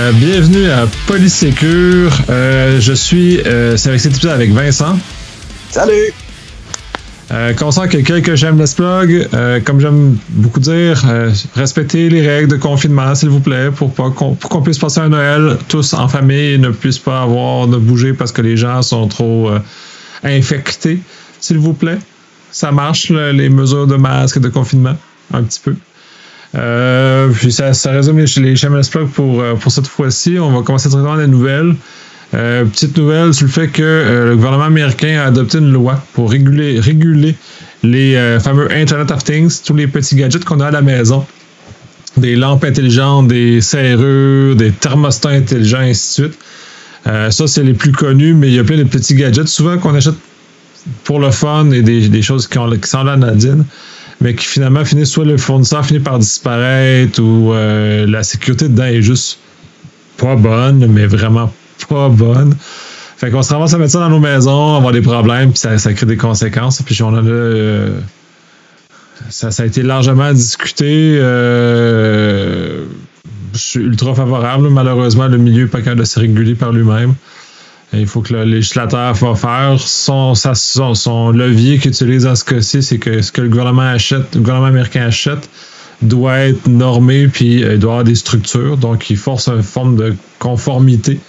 Bienvenue à Polysécure. C'est avec cet épisode avec Vincent. Salut! Commençons avec quelques shameless plugs. Comme j'aime beaucoup dire, respectez les règles de confinement, s'il vous plaît, pour qu'on puisse passer un Noël tous en famille et ne puisse pas avoir de bouger parce que les gens sont trop infectés, s'il vous plaît. Ça marche, les mesures de masque et de confinement, un petit peu. Puis ça résume les shameless plugs pour cette fois-ci. On va commencer directement des nouvelles. Petite nouvelle sur le fait que le gouvernement américain a adopté une loi pour réguler les fameux Internet of Things, tous les petits gadgets qu'on a à la maison. Des lampes intelligentes, des serrures, des thermostats intelligents, et ainsi de suite. Ça, c'est les plus connus, mais il y a plein de petits gadgets souvent qu'on achète pour le fun et des choses qui sont là nadine, mais qui finalement finissent, soit le fournisseur finit par disparaître ou la sécurité dedans est juste pas bonne, mais vraiment pas bonne. Fait qu'on se ramasse à mettre ça dans nos maisons, avoir des problèmes, puis ça crée des conséquences. Puis on en a... ça a été largement discuté. Je suis ultra favorable. Malheureusement, le milieu n'est pas capable de se réguler par lui-même. Et il faut que le législateur va faire son levier qu'il utilise dans ce cas-ci, c'est que ce que le gouvernement américain achète doit être normé, puis il doit avoir des structures. Donc, il force une forme de conformité.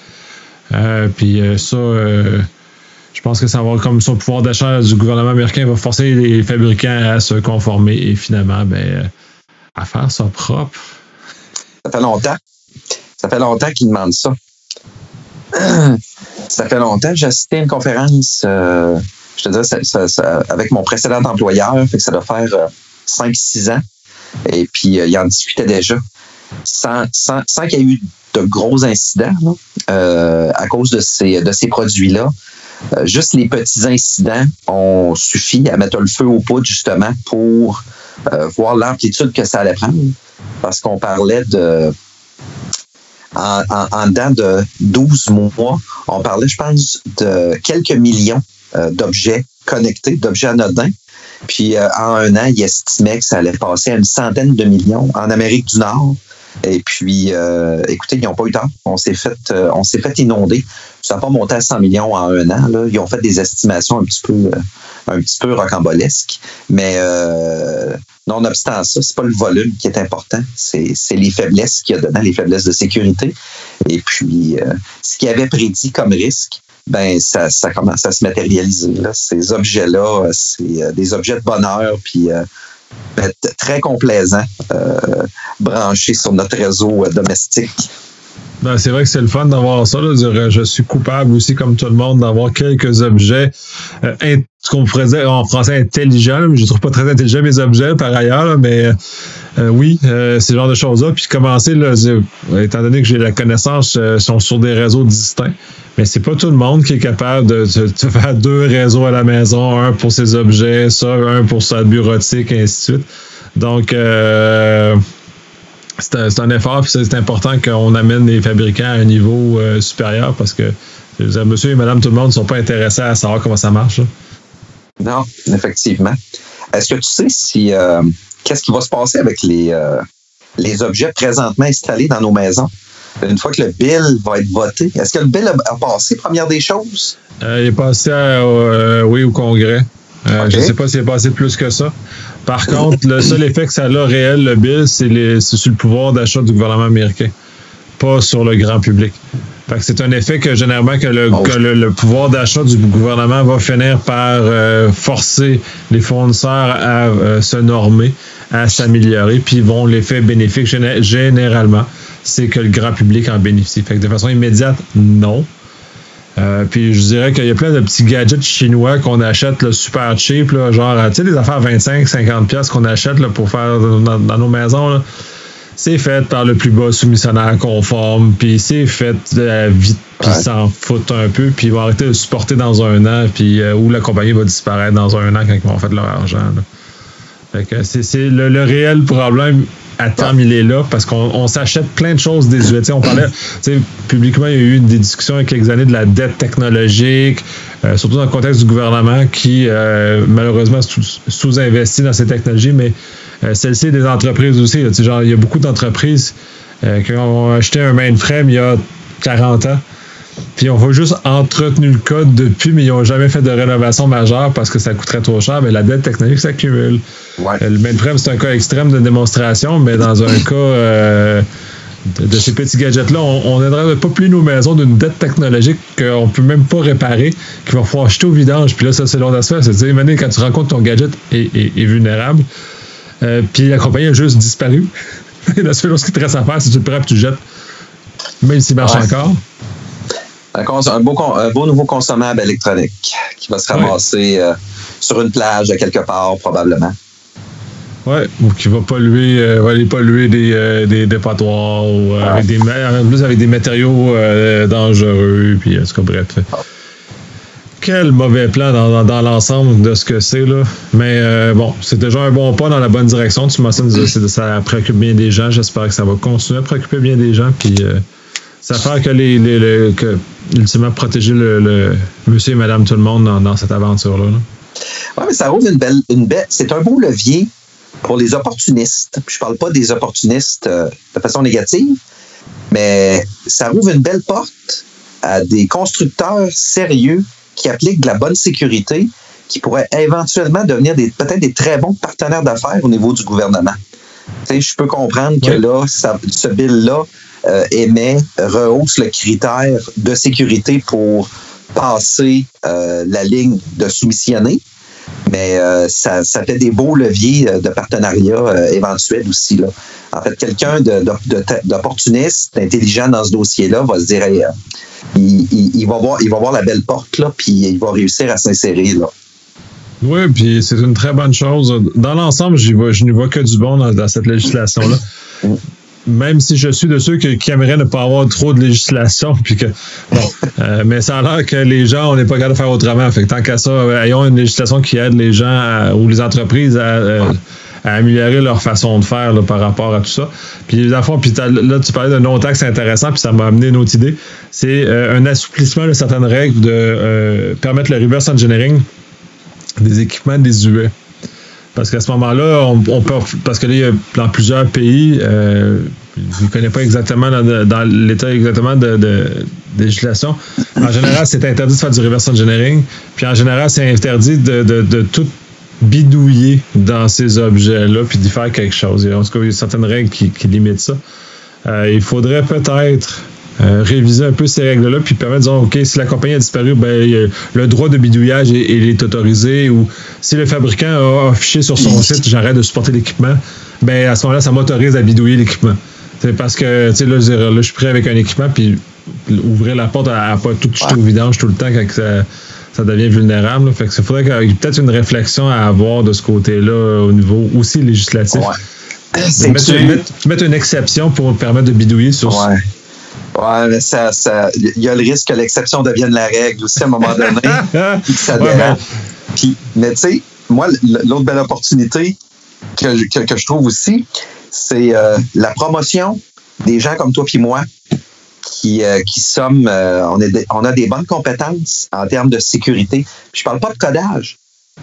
Je pense que ça va comme son pouvoir d'achat du gouvernement américain va forcer les fabricants à se conformer et finalement, à faire ça propre. Ça fait longtemps qu'ils demandent ça. Ça fait longtemps. J'ai assisté à une conférence, je te dis, avec mon précédent employeur, fait que ça doit faire 5-6 ans. Et puis, il en discutait déjà. Sans qu'il y ait eu de gros incidents à cause de ces produits-là. Juste les petits incidents ont suffi à mettre le feu aux poudres, justement, pour voir l'amplitude que ça allait prendre. Parce qu'on parlait de... En dedans de 12 mois, on parlait, je pense, de quelques millions d'objets connectés, d'objets anodins. Puis en un an, il estimait que ça allait passer à une centaine de millions en Amérique du Nord. Et puis, écoutez, ils n'ont pas eu tort. On s'est fait inonder. Ça n'a pas monté à 100 millions en un an. Là. Ils ont fait des estimations un petit peu rocambolesques. Mais nonobstant ça, c'est pas le volume qui est important. C'est les faiblesses qu'il y a dedans, les faiblesses de sécurité. Et puis, ce qu'il avait prédit comme risque, ça commence à se matérialiser. Là. Ces objets-là, c'est des objets de bonheur, puis très complaisants, branchés sur notre réseau domestique. C'est vrai que c'est le fun d'avoir ça. Là. Je suis coupable aussi, comme tout le monde, d'avoir quelques objets qu'on pourrait dire en français intelligents, mais je ne trouve pas très intelligents mes objets par ailleurs, là, mais oui, c'est le genre de choses-là. Puis commencer, là, étant donné que j'ai la connaissance, sont sur des réseaux distincts, mais c'est pas tout le monde qui est capable de faire 2 réseaux à la maison, un pour ses objets, un pour sa bureautique, et ainsi de suite. Donc, c'est un effort, puis c'est important qu'on amène les fabricants à un niveau supérieur parce que monsieur et madame tout le monde ne sont pas intéressés à savoir comment ça marche. Là. Non, effectivement. Est-ce que tu sais si qu'est-ce qui va se passer avec les objets présentement installés dans nos maisons? Une fois que le bill va être voté, est-ce que le bill a passé, première des choses? Il est passé au Congrès. Okay. Je ne sais pas s'il est passé plus que ça. Par contre, le seul effet que ça a réel, le bill, c'est sur le pouvoir d'achat du gouvernement américain, pas sur le grand public. Fait que c'est un effet que généralement que le pouvoir d'achat du gouvernement va finir par forcer les fournisseurs à se normer, à s'améliorer, puis l'effet bénéfique généralement, c'est que le grand public en bénéficie. Fait que de façon immédiate, non. Puis je dirais qu'il y a plein de petits gadgets chinois qu'on achète là, super cheap, là, genre, tu sais, des affaires 25-50$ qu'on achète là, pour faire dans nos maisons, là. C'est fait par le plus bas soumissionnaire conforme, puis c'est fait vite, puis ils s'en foutent un peu, puis ils vont arrêter de supporter dans un an, puis où la compagnie va disparaître dans un an quand ils vont faire de leur argent. Là. Fait que c'est le réel problème. À terme, il est là parce qu'on s'achète plein de choses désuètes. On parlait, publiquement, il y a eu des discussions il y a quelques années de la dette technologique, surtout dans le contexte du gouvernement qui, malheureusement, sous-investit dans ces technologies, mais celle-ci est des entreprises aussi. Genre, il y a beaucoup d'entreprises qui ont acheté un mainframe il y a 40 ans. Puis on va juste entretenu le code depuis, mais ils n'ont jamais fait de rénovation majeure parce que ça coûterait trop cher. Mais la dette technologique s'accumule. Ouais. Le mainframe, c'est un cas extrême de démonstration, mais dans un cas de ces petits gadgets-là, on n'aiderait pas plus nos maisons d'une dette technologique qu'on ne peut même pas réparer, qu'il va falloir jeter au vidange. Puis là, ça, c'est l'autre aspect. C'est-à-dire, imagine quand tu rencontres ton gadget est vulnérable, puis la compagnie a juste disparu. La seule chose qui te reste à faire, c'est que tu le prends et tu le jettes, même s'il marche encore. Un beau nouveau consommable électronique qui va se ramasser sur une plage quelque part, probablement. Ouais, ou qui va aller polluer des dépotoirs, ou avec des matériaux dangereux, puis en tout cas, bref. Quel mauvais plan dans l'ensemble de ce que c'est, là. Mais bon, c'est déjà un bon pas dans la bonne direction. Tu mentionnes que ça préoccupe bien des gens. J'espère que ça va continuer à préoccuper bien des gens, puis ça va faire que ultimement protéger le monsieur et madame tout le monde dans cette aventure-là. Oui, mais ça ouvre une belle. C'est un beau levier pour les opportunistes. Je parle pas des opportunistes de façon négative, mais ça ouvre une belle porte à des constructeurs sérieux qui appliquent de la bonne sécurité, qui pourraient éventuellement devenir peut-être des très bons partenaires d'affaires au niveau du gouvernement. Je peux comprendre que là, ce bill-là rehausse le critère de sécurité pour passer la ligne de soumissionner, mais ça fait des beaux leviers de partenariat éventuels aussi, là. En fait, quelqu'un d'opportuniste, d'intelligent dans ce dossier-là va se dire il va voir la belle porte, là, puis il va réussir à s'insérer, là. Oui, puis c'est une très bonne chose. Dans l'ensemble, je n'y vois que du bon dans cette législation-là. Même si je suis de ceux qui aimeraient ne pas avoir trop de législation, puis que mais ça a l'air que les gens, on n'est pas capable de faire autrement. Fait que tant qu'à ça, ayons une législation qui aide les gens ou les entreprises à améliorer leur façon de faire là, par rapport à tout ça. Puis là, tu parlais de non-taxe intéressant, puis ça m'a amené une autre idée. C'est un assouplissement de certaines règles de permettre le reverse engineering des équipements désuets. Parce qu'à ce moment-là, on peut. Parce que là, dans plusieurs pays, je ne connais pas exactement dans l'état exactement de législation. En général, c'est interdit de faire du reverse engineering. Puis en général, c'est interdit de tout bidouiller dans ces objets-là puis d'y faire quelque chose. En tout cas, il y a certaines règles qui limitent ça. Il faudrait peut-être réviser un peu ces règles-là puis permettre de dire, OK, si la compagnie a disparu, ben, le droit de bidouillage est autorisé, ou si le fabricant a affiché sur son site, j'arrête de supporter l'équipement, ben, à ce moment-là, ça m'autorise à bidouiller l'équipement. C'est parce que, tu sais, là, je suis prêt avec un équipement, puis ouvrir la porte à pas tout jeter au vidange tout le temps quand ça devient vulnérable. Là. Fait que il faudrait qu'il y ait peut-être une réflexion à avoir de ce côté-là au niveau aussi législatif. Mettre une exception pour permettre de bidouiller sur ça. Ouais, mais il y a le risque que l'exception devienne la règle aussi à un moment donné. Puis que ça dérape. Mais tu sais, moi, l'autre belle opportunité que je trouve aussi, c'est la promotion des gens comme toi puis moi qui sommes, on a des bonnes compétences en termes de sécurité. Puis je parle pas de codage.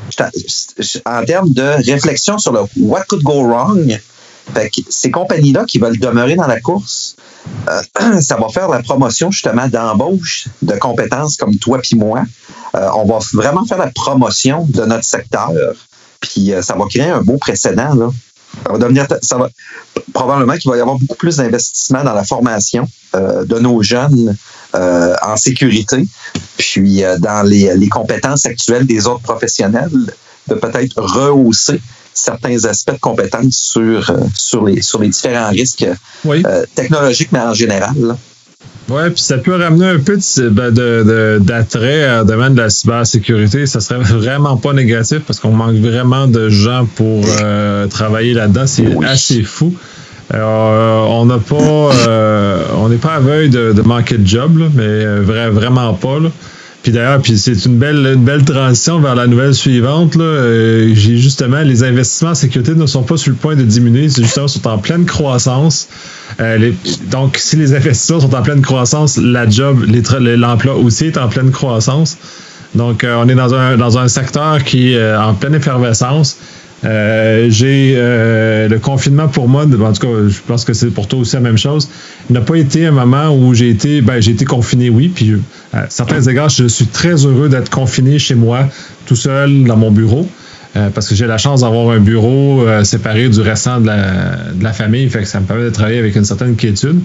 En termes de réflexion sur le what could go wrong. Fait que ces compagnies-là qui veulent demeurer dans la course, ça va faire la promotion justement d'embauche de compétences comme toi puis moi. On va vraiment faire la promotion de notre secteur. Puis ça va créer un beau précédent, là. Ça va probablement qu'il va y avoir beaucoup plus d'investissement dans la formation de nos jeunes en sécurité, puis dans les compétences actuelles des autres professionnels, de peut-être rehausser certains aspects de compétences sur les différents risques technologiques, mais en général. Oui, puis ça peut ramener un peu d'attrait au domaine de la cybersécurité. Ça serait vraiment pas négatif parce qu'on manque vraiment de gens pour travailler là-dedans. C'est assez fou. On n'est pas aveugle de manquer de job, là, mais vraiment pas. Là. Puis d'ailleurs, c'est une belle transition vers la nouvelle suivante. Là. J'ai justement, les investissements en sécurité ne sont pas sur le point de diminuer, c'est justement sont en pleine croissance. Donc, si les investissements sont en pleine croissance, l'emploi aussi est en pleine croissance. Donc, on est dans un secteur qui est en pleine effervescence. J'ai le confinement pour moi, en tout cas, je pense que c'est pour toi aussi la même chose. Il n'a pas été un moment où j'ai été confiné, oui, puis à certains égards, je suis très heureux d'être confiné chez moi, tout seul dans mon bureau, parce que j'ai la chance d'avoir un bureau séparé du restant de la famille, fait que ça me permet de travailler avec une certaine quiétude.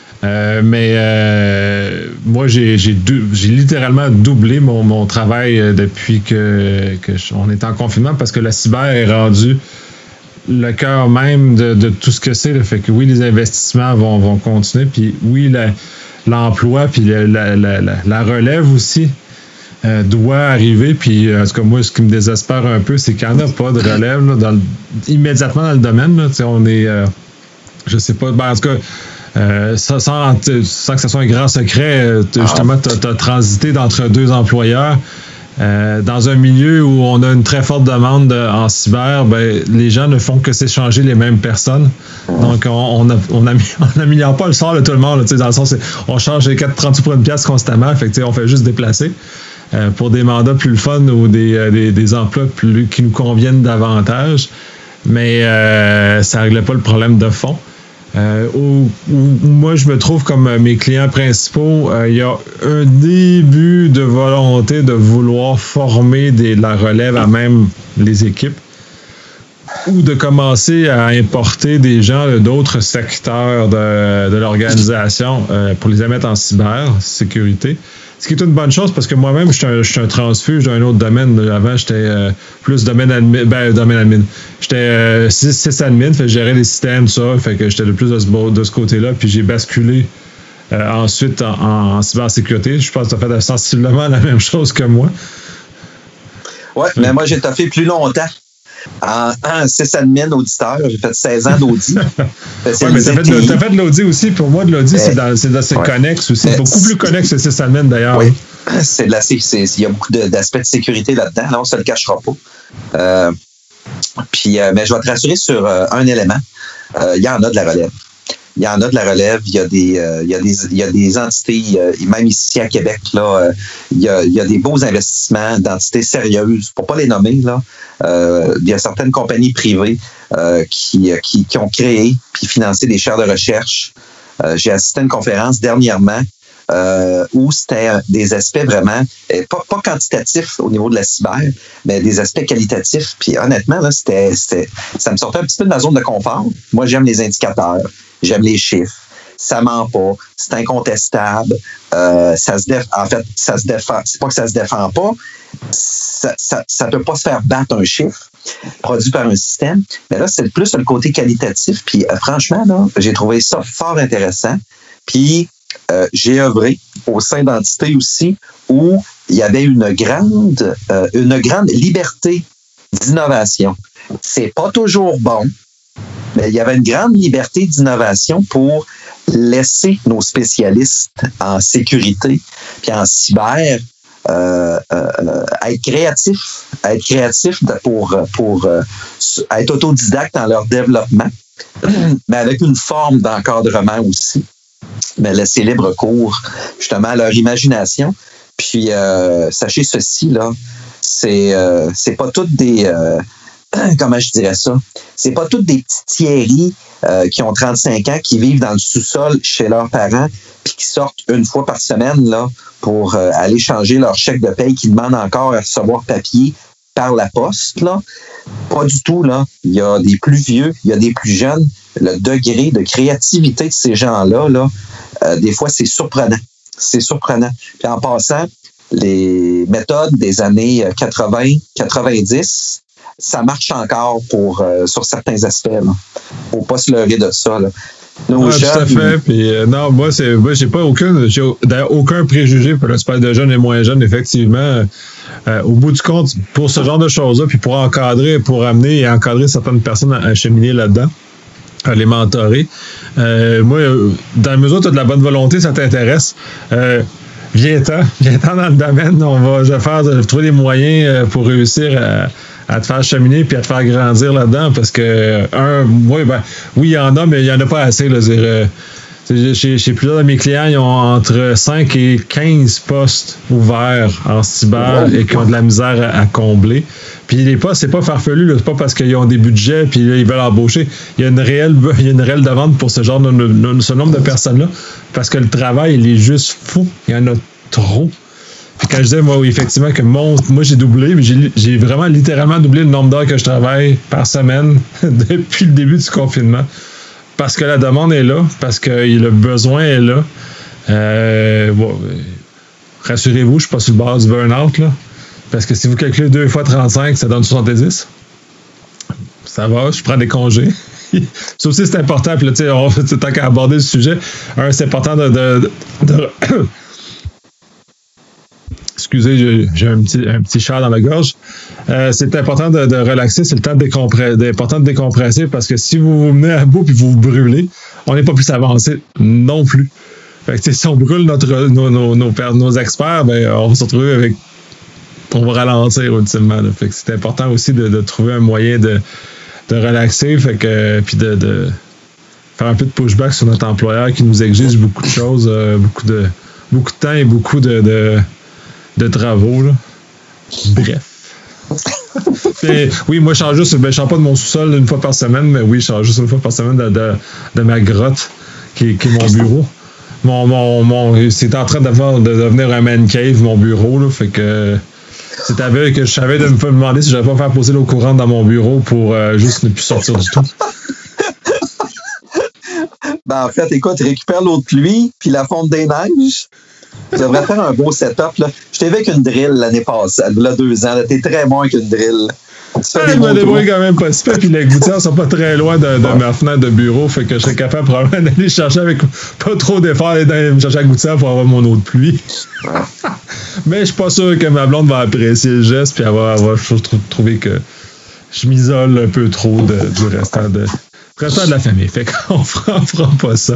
Moi, j'ai littéralement doublé mon travail depuis on est en confinement parce que la cyber est rendue le cœur même de tout ce que c'est. Là. Fait que oui, les investissements vont continuer. Puis oui, l'emploi puis la relève aussi doit arriver. Puis en tout cas, moi, ce qui me désespère un peu, c'est qu'il n'y en a pas de relève là, immédiatement dans le domaine. Là. On est, je sais pas, en tout cas, sans que ce soit un grand secret, justement, tu as transité d'entre deux employeurs. Dans un milieu où on a une très forte demande en cyber, ben, les gens ne font que s'échanger les mêmes personnes. Donc, on n'améliore pas le sort de tout le monde. Là, dans le sens, on change les 4,30 pour une pièce constamment. Fait que, on fait juste déplacer pour des mandats plus le fun ou des emplois qui nous conviennent davantage. Mais ça ne réglait pas le problème de fond. Où moi je me trouve comme mes clients principaux, il y a un début de volonté de vouloir former de la relève à même les équipes ou de commencer à importer des gens d'autres secteurs de l'organisation pour les mettre en cybersécurité. Ce qui est une bonne chose parce que moi-même, je suis un transfuge d'un autre domaine. Avant, j'étais plus domaine admin. J'étais sysadmin, fait que je gérais les systèmes, ça. Fait que j'étais le plus de ce côté-là. Puis j'ai basculé ensuite en cybersécurité. Je pense que tu as fait sensiblement la même chose que moi. Oui, mais moi, j'ai taffé plus longtemps. En sysadmin auditeur, j'ai fait 16 ans d'audit. Oui, mais t'as fait de l'audit aussi. Pour moi, de l'audit, c'est connexe aussi. C'est beaucoup plus connexe que sysadmin, d'ailleurs. Oui, il y a beaucoup d'aspects de sécurité là-dedans. Là, on ne se le cachera pas. Mais je vais te rassurer sur un élément. Il y en a de la relève. Il y en a de la relève, il y a des entités, même ici à Québec, là, il y a des beaux investissements d'entités sérieuses, pour ne pas les nommer, là. Il y a certaines compagnies privées qui ont créé puis financé des chaires de recherche. J'ai assisté à une conférence dernièrement où c'était des aspects vraiment, pas quantitatifs au niveau de la cyber, mais des aspects qualitatifs. Puis honnêtement, là, ça me sortait un petit peu de ma zone de confort. Moi, j'aime les indicateurs. J'aime les chiffres. Ça ment pas. C'est incontestable. En fait, ça se défend. C'est pas que ça se défend pas. Ça peut pas se faire battre un chiffre produit par un système. Mais là, c'est plus le côté qualitatif. Puis franchement, là, j'ai trouvé ça fort intéressant. Puis j'ai œuvré au sein d'entités aussi où il y avait une grande liberté d'innovation. C'est pas toujours bon. Mais il y avait une grande liberté d'innovation pour laisser nos spécialistes en sécurité puis en cyber être créatifs pour être autodidactes dans leur développement, mais avec une forme d'encadrement aussi, mais laisser libre cours justement à leur imagination. Puis sachez ceci, là, c'est pas toutes des comment je dirais ça? C'est pas toutes des petits Thierry qui ont 35 ans, qui vivent dans le sous-sol chez leurs parents, puis qui sortent une fois par semaine là pour aller changer leur chèque de paye, qui demandent encore à recevoir papier par la poste. Là. Pas du tout. Là. Il y a des plus vieux, il y a des plus jeunes. Le degré de créativité de ces gens-là, là, des fois, c'est surprenant. C'est surprenant. Puis en passant, les méthodes des années 80, 90, ça marche encore sur certains aspects. Faut pas se leurrer de ça. Là. Tout à fait. Puis, non, moi, j'ai pas aucun préjugé pour l'espèce de jeunes et moins jeunes, effectivement. Au bout du compte, pour ce genre de choses-là, puis pour amener et encadrer certaines personnes à cheminer là-dedans, à les mentorer. Moi, dans la mesure où tu as de la bonne volonté, ça t'intéresse. Viens-t'en dans le domaine. Je vais trouver des moyens pour réussir à te faire cheminer puis à te faire grandir là-dedans parce que oui, il y en a, mais il n'y en a pas assez. Là, Chez plusieurs de mes clients, ils ont entre 5 et 15 postes ouverts en cyber et qui ont de la misère à combler. Puis les postes, c'est pas farfelu, là. C'est pas parce qu'ils ont des budgets puis là, ils veulent embaucher. Il y a une réelle demande pour ce genre ce nombre de personnes-là. Parce que le travail, il est juste fou. Il y en a trop. Puis quand je disais, moi, oui, effectivement, que moi, j'ai doublé, mais j'ai vraiment littéralement doublé le nombre d'heures que je travaille par semaine depuis le début du confinement. Parce que la demande est là, parce que le besoin est là. Rassurez-vous, je suis pas sur le bord du burn-out, là. Parce que si vous calculez 2 fois 35, ça donne 70. Ça va, je prends des congés. Ça aussi, c'est important. Puis là, tu sais, tant qu'à aborder le sujet, c'est important de Excusez, j'ai un petit chat dans la gorge. C'est important de relaxer, c'est le temps important de décompresser parce que si vous vous menez à bout et vous vous brûlez, on n'est pas plus avancé non plus. Fait que si on brûle nos experts, ben on va se retrouver on va ralentir ultimement. Là. Fait que c'est important aussi de trouver un moyen de relaxer, fait que puis de faire un peu de pushback sur notre employeur qui nous exige beaucoup de choses, beaucoup de temps et beaucoup de travaux, là. Bref. Et, oui, moi, je change juste, je sors pas de mon sous-sol une fois par semaine, mais oui, je change juste une fois par semaine de ma grotte, qui est mon bureau. C'est en train de devenir un man cave, mon bureau, là, fait que c'est avéré que je savais de me demander si j'allais pas faire poser l'eau courante dans mon bureau pour juste ne plus sortir du tout. Ben, en fait, écoute, récupère l'eau de pluie, puis la fonte des neiges. Tu devrais faire un beau setup, là. J'étais avec une drill l'année passée, là, 2 ans. T'es très bon avec une drill. Je me débrouille quand même pas si peu, puis les gouttières sont pas très loin de ma fenêtre de bureau, fait que je serais capable probablement d'aller chercher avec pas trop d'efforts, d'aller me chercher la gouttière pour avoir mon eau de pluie. Mais je suis pas sûr que ma blonde va apprécier le geste, puis elle va trouver que je m'isole un peu trop du restant de la famille. Fait qu'on fera pas ça.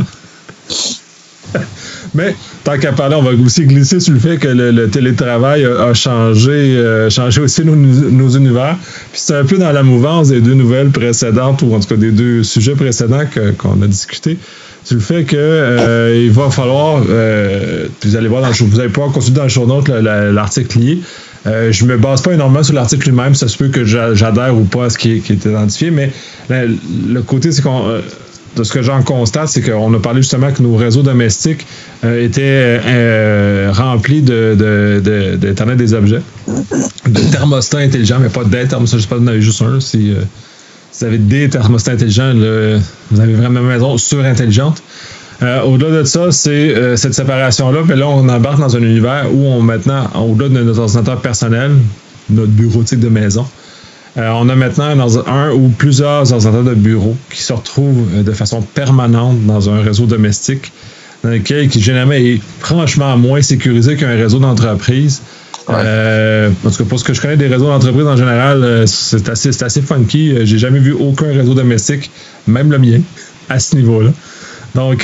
Mais tant qu'à parler, on va aussi glisser sur le fait que le télétravail a changé aussi nos univers. Puis c'est un peu dans la mouvance des 2 nouvelles précédentes, ou en tout cas des 2 sujets précédents qu'on a discuté, sur le fait que il va falloir, vous allez voir vous allez pouvoir consulter dans le show notes l'article lié. Je me base pas énormément sur l'article lui-même, ça se peut que j'adhère ou pas à ce qui est identifié, mais le côté, c'est qu'on de ce que j'en constate, c'est qu'on a parlé justement que nos réseaux domestiques étaient remplis d'Internet des objets, de thermostats intelligents, mais pas des thermostats, je sais pas, vous en avez juste un. Si vous avez des thermostats intelligents, là, vous avez vraiment une maison surintelligente. Au-delà de ça, c'est cette séparation-là, mais là, on embarque dans un univers où maintenant, au-delà de notre ordinateur personnel, notre bureautique de maison, on a maintenant un ou plusieurs ordinateurs de bureau qui se retrouvent de façon permanente dans un réseau domestique, dans lequel qui généralement est franchement moins sécurisé qu'un réseau d'entreprise. Ouais. En tout cas, pour ce que je connais des réseaux d'entreprise en général, c'est assez funky. J'ai jamais vu aucun réseau domestique, même le mien, à ce niveau-là. Donc,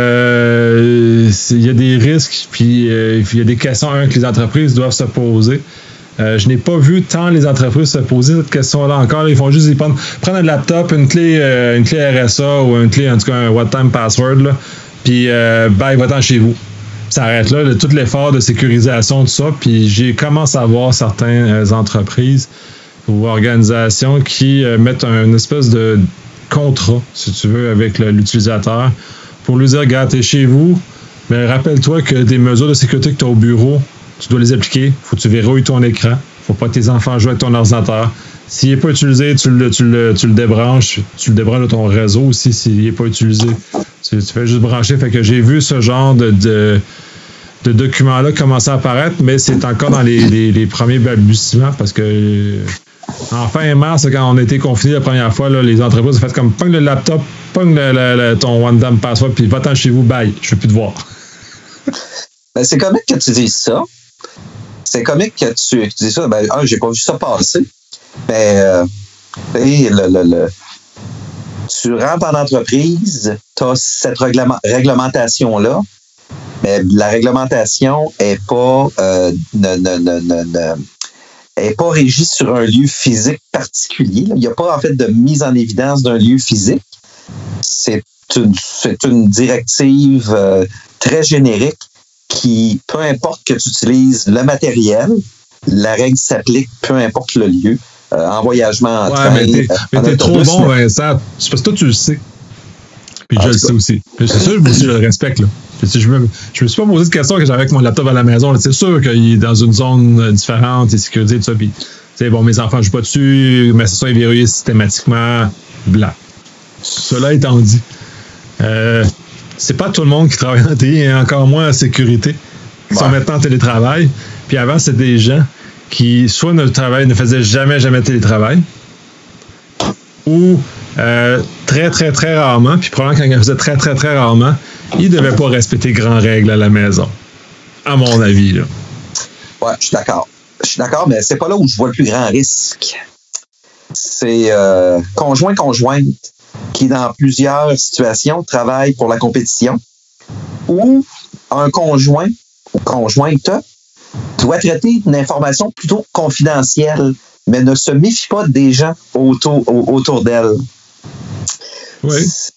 il y a des risques, puis il y a des questions que les entreprises doivent se poser. Je n'ai pas vu tant les entreprises se poser cette question-là encore. Ils font juste prendre un laptop, une clé RSA ou une clé, en tout cas un one-time password, là, puis va-t'en chez vous. Ça arrête là, tout l'effort de sécurisation, tout ça. Puis j'ai commencé à voir certaines entreprises ou organisations qui mettent une espèce de contrat, si tu veux, avec l'utilisateur pour lui dire, regarde, t'es chez vous, mais rappelle-toi que des mesures de sécurité que tu as au bureau, tu dois les appliquer. Faut que tu verrouilles ton écran. Faut pas que tes enfants jouent avec ton ordinateur. S'il n'est pas utilisé, tu le débranches. Tu le débranches de ton réseau aussi s'il n'est pas utilisé. Tu fais juste brancher. Fait que j'ai vu ce genre de documents-là commencer à apparaître, mais c'est encore dans les premiers balbutiements parce que en fin mars, quand on a été confinés la première fois, là, les entreprises ont fait comme pogne le laptop, pogne ton one-time password, puis va-t'en chez vous, bye, je ne veux plus te voir. Ben, c'est comique que tu dises ça. C'est comique que tu dis ça. Ben, j'ai pas vu ça passer. Ben, tu rentres en entreprise, tu as cette réglementation-là, mais la réglementation est pas est pas régie sur un lieu physique particulier. Il n'y a pas en fait de mise en évidence d'un lieu physique. C'est une directive très générique qui, peu importe que tu utilises le matériel, la règle s'applique peu importe le lieu. En voyagement en train. Mais t'es trop bon, Vincent. C'est parce que toi, tu le sais. Puis je le sais aussi. C'est sûr, moi aussi, je le respecte. Là. Je me suis pas posé de question que j'avais avec mon laptop à la maison. Là. C'est sûr qu'il est dans une zone différente, il est sécurisé, tout ça. Puis, bon, mes enfants ne jouent pas dessus, mais ça est verrouillé systématiquement. Blanc. Cela étant dit, c'est pas tout le monde qui travaille en TI, et encore moins en sécurité, qui sont maintenant en télétravail. Puis avant, c'était des gens qui, soit ne faisaient jamais de télétravail, ou très, très, très rarement, puis probablement quand ils faisaient très, très, très rarement, ils ne devaient pas respecter grandes règles à la maison, à mon avis. Là. Ouais, je suis d'accord. Mais c'est pas là où je vois le plus grand risque. C'est conjointe qui, dans plusieurs situations, travaille pour la compétition, ou un conjoint ou conjointe doit traiter une information plutôt confidentielle, mais ne se méfie pas des gens autour d'elle. Oui.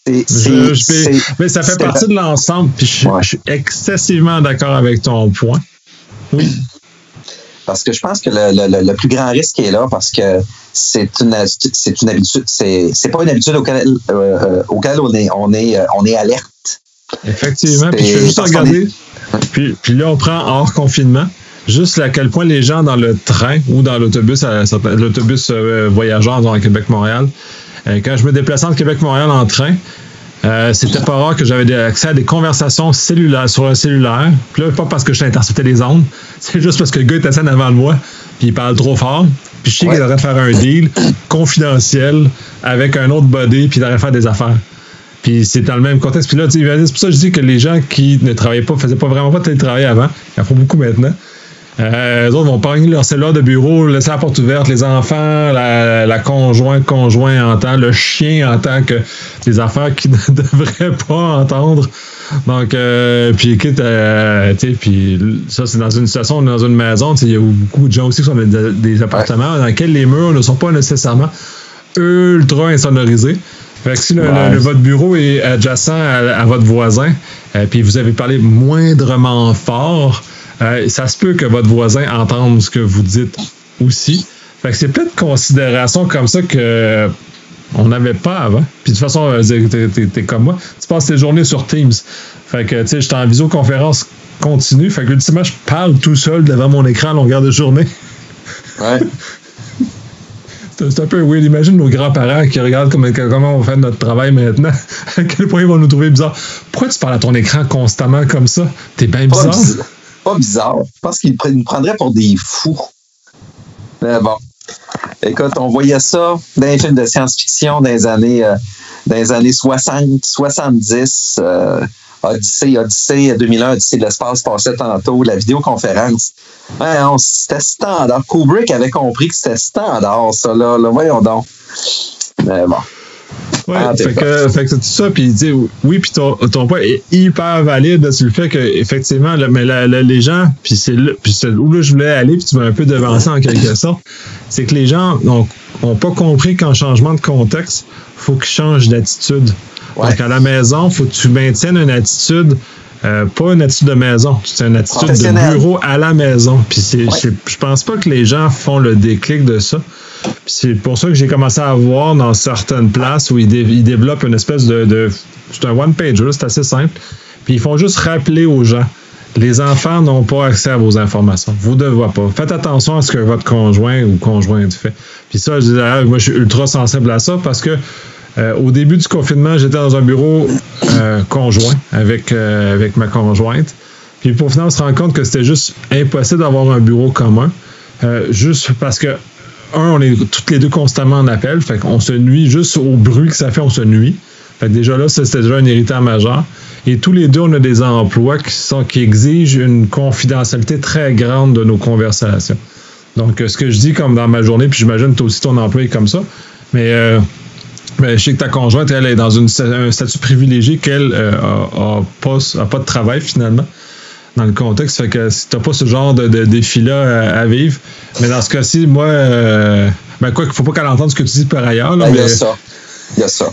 Mais ça fait partie de l'ensemble, puis je suis excessivement d'accord avec ton point. Oui. Parce que je pense que le plus grand risque est là, parce que c'est une habitude, c'est pas une habitude auquel on est alerte. Effectivement, puis je fais juste regarder. Puis là, on prend hors confinement. Juste à quel point les gens dans le train ou dans l'autobus voyageur dans Québec-Montréal, quand je me déplaçais entre Québec-Montréal en train, c'était pas rare que j'avais accès à des conversations cellulaires sur un cellulaire. Puis là, pas parce que je interceptais les ondes, c'est juste parce que le gars est assis en avant de moi, puis il parle trop fort. Puis je sais qu'il aurait de faire un deal confidentiel avec un autre body, puis il aurait faire des affaires. Puis c'est dans le même contexte. Puis là, c'est pour ça que je dis que les gens qui ne travaillaient pas, faisaient pas vraiment pas de télétravail avant, il en faut beaucoup maintenant. Les autres vont pogner leur cellulaire de bureau, laisser la porte ouverte, les enfants, la conjoint entend, le chien entend que des affaires qu'ils ne devraient pas entendre. Donc, puis écoute, puis ça, c'est dans une situation, dans une maison, il y a beaucoup de gens aussi qui sont dans des appartements dans lesquels les murs ne sont pas nécessairement ultra insonorisés. Fait que si votre bureau est adjacent à votre voisin, puis vous avez parlé moindrement fort, ça se peut que votre voisin entende ce que vous dites aussi. Fait que c'est peut-être considération comme ça que on n'avait pas avant. Puis de toute façon, t'es comme moi. Tu passes tes journées sur Teams. Fait que, tu sais, j'étais en visioconférence continue. Fait que, ultimement, je parle tout seul devant mon écran à longueur de journée. Ouais. C'est un peu weird. Imagine nos grands-parents qui regardent comment on fait notre travail maintenant. À quel point ils vont nous trouver bizarre. Pourquoi tu parles à ton écran constamment comme ça? T'es bien bizarre. Pas bizarre. Je pense qu'ils nous prendraient pour des fous. Mais bon. Écoute, on voyait ça dans les films de science-fiction dans les années 60, 70. Odyssée 2001, Odyssée de l'espace passait tantôt, la vidéoconférence. Ouais, c'était standard. Kubrick avait compris que c'était standard, ça, là. Voyons donc. Mais bon. Ouais, fait que tout ça, puis il dit oui, puis ton point est hyper valide sur le fait que effectivement, mais les gens, puis c'est où là je voulais aller, puis tu m'as un peu devancé en quelque sorte, c'est que les gens ont pas compris qu'en changement de contexte, faut qu'ils changent d'attitude. Ouais. Donc à la maison, faut que tu maintiennes une attitude, pas une attitude de maison, c'est une attitude de bureau à la maison. Puis je pense pas que les gens font le déclic de ça. Puis c'est pour ça que j'ai commencé à voir dans certaines places où ils développent une espèce de c'est un one-pager, c'est assez simple. Puis ils font juste rappeler aux gens. Les enfants n'ont pas accès à vos informations. Vous ne devez pas. Faites attention à ce que votre conjoint ou conjointe fait. Puis ça, je dis, moi, je suis ultra sensible à ça parce que au début du confinement, j'étais dans un bureau conjoint avec ma conjointe. Puis pour finalement, on se rend compte que c'était juste impossible d'avoir un bureau commun. Juste parce que on est toutes les deux constamment en appel, fait qu'on se nuit juste au bruit que ça fait, on se nuit. Fait que déjà là, c'était déjà un irritant majeur. Et tous les deux, on a des emplois qui exigent une confidentialité très grande de nos conversations. Donc, ce que je dis comme dans ma journée, puis j'imagine que toi aussi ton emploi est comme ça, mais je sais que ta conjointe, elle est dans un statut privilégié qu'elle a pas de travail finalement. Dans le contexte, fait que si t'as pas ce genre de défi-là à vivre, mais dans ce cas-ci, moi, quoi qu'il faut pas qu'elle entende ce que tu dis par ailleurs. Là, il y a ça.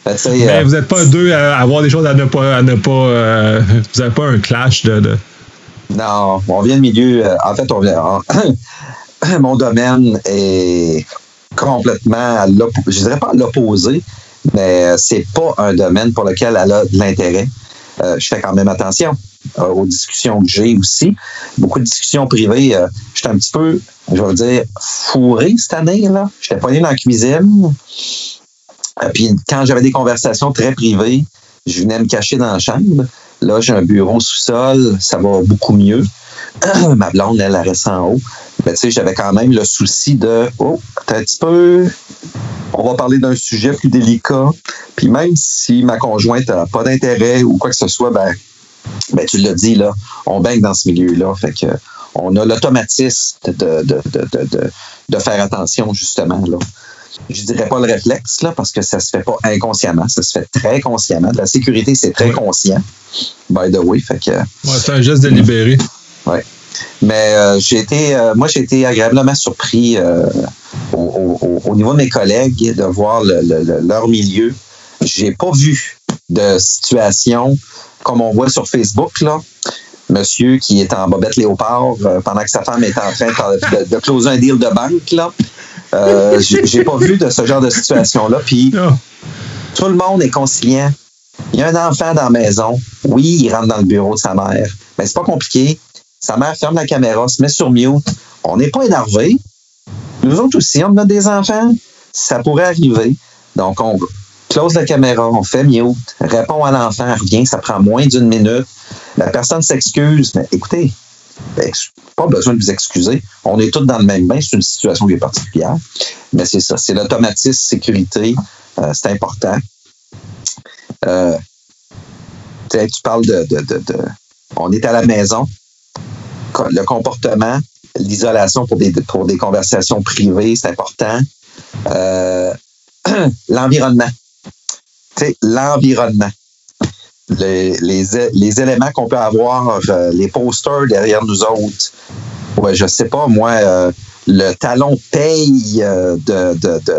Mais vous n'êtes pas deux à avoir des choses à ne pas vous n'avez pas un clash de... Non, on vient de milieu. En fait, mon domaine est complètement je dirais pas à l'opposé, mais c'est pas un domaine pour lequel elle a de l'intérêt. Je fais quand même attention aux discussions que j'ai aussi. Beaucoup de discussions privées. J'étais un petit peu, je vais dire, fourré cette année, là. J'étais poigné dans la cuisine. Puis quand j'avais des conversations très privées, je venais me cacher dans la chambre. Là, j'ai un bureau sous-sol, ça va beaucoup mieux. Ma blonde, elle reste en haut. Mais tu sais, j'avais quand même le souci de attends un petit peu, on va parler d'un sujet plus délicat. Puis même si ma conjointe n'a pas d'intérêt ou quoi que ce soit, ben tu l'as dit, là, on baigne dans ce milieu-là. Fait que on a l'automatisme de faire attention, justement, là. Je dirais pas le réflexe, là, parce que ça se fait pas inconsciemment, ça se fait très consciemment. La sécurité, c'est très conscient, by the way. Fait que, c'est un geste délibéré. Oui. Mais j'ai été agréablement surpris au niveau de mes collègues de voir leur milieu. J'ai pas vu de situation comme on voit sur Facebook, là. Monsieur qui est en bobette léopard pendant que sa femme est en train de closer un deal de banque, là. J'ai pas vu de ce genre de situation-là. Puis tout le monde est conciliant. Il y a un enfant dans la maison. Oui, il rentre dans le bureau de sa mère. Mais c'est pas compliqué. Sa mère ferme la caméra, se met sur mute. On n'est pas énervé. Nous autres aussi, on a des enfants. Ça pourrait arriver. Donc, on close la caméra, on fait mute, répond à l'enfant, revient, ça prend moins d'1 minute. La personne s'excuse. Mais écoutez, pas besoin de vous excuser. On est tous dans le même bain. C'est une situation qui est particulière. Mais c'est ça. C'est l'automatisme, sécurité. C'est important. Tu parles de on est à la maison. Le comportement, l'isolation pour des conversations privées, c'est important. L'environnement. Tu sais, l'environnement. Les éléments qu'on peut avoir, les posters derrière nous autres. Ouais, je sais pas, moi, le talon paye de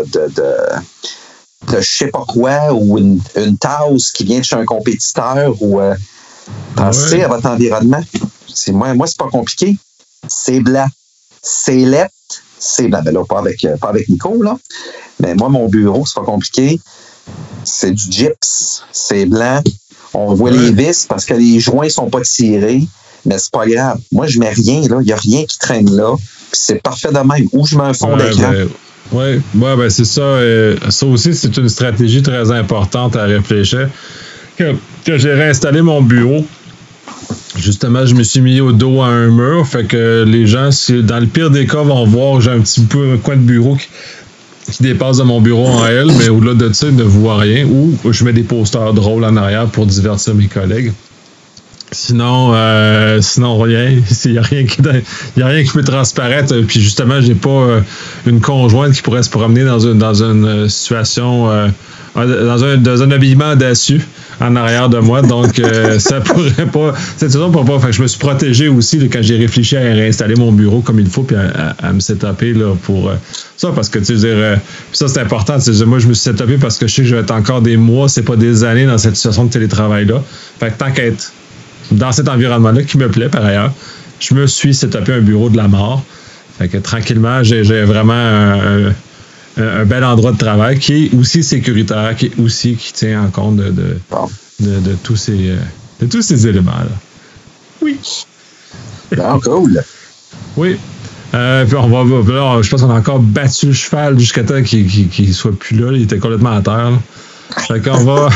je sais pas quoi, ou une tasse qui vient de chez un compétiteur, ou pensez à votre environnement. Moi, c'est pas compliqué. C'est blanc. C'est lettre. C'est blanc. Ben là, pas avec Nico, là. Mais moi, mon bureau, c'est pas compliqué. C'est du gyps. C'est blanc. On voit les vis parce que les joints sont pas tirés. Mais c'est pas grave. Moi, je mets rien, là. Il y a rien qui traîne là. Puis c'est parfait de même. Ou je mets un fond d'écran. Ben c'est ça. Ça aussi, c'est une stratégie très importante à réfléchir. Que j'ai réinstallé mon bureau. Justement, je me suis mis au dos à un mur, fait que les gens, dans le pire des cas, vont voir, j'ai un petit peu un coin de bureau qui dépasse de mon bureau en L, mais au-delà de ça, ils ne voient rien. Ou je mets des posters drôles en arrière pour divertir mes collègues. Sinon rien. Il n'y a rien qui peut transparaître. Puis justement, j'ai pas une conjointe qui pourrait se promener dans une situation, dans un habillement audacieux en arrière de moi. Donc, ça pourrait pas. C'est toujours pas. Fait que je me suis protégé aussi là, quand j'ai réfléchi à réinstaller mon bureau comme il faut puis à me setuper là, pour ça. Parce que, tu sais, ça, c'est important. Moi, je me suis setupé parce que je sais que je vais être encore des mois, c'est pas des années dans cette situation de télétravail-là. Fait que tant qu'être dans cet environnement-là qui me plaît par ailleurs, je me suis setupé un bureau de la mort. Fait que tranquillement, j'ai vraiment un bel endroit de travail qui est aussi sécuritaire, qui tient en compte de tous ces éléments-là. Oui. Ah, cool. Oui. Puis je pense qu'on a encore battu le cheval jusqu'à temps qu'il soit plus là. Il était complètement à terre. Là. Fait qu'on va...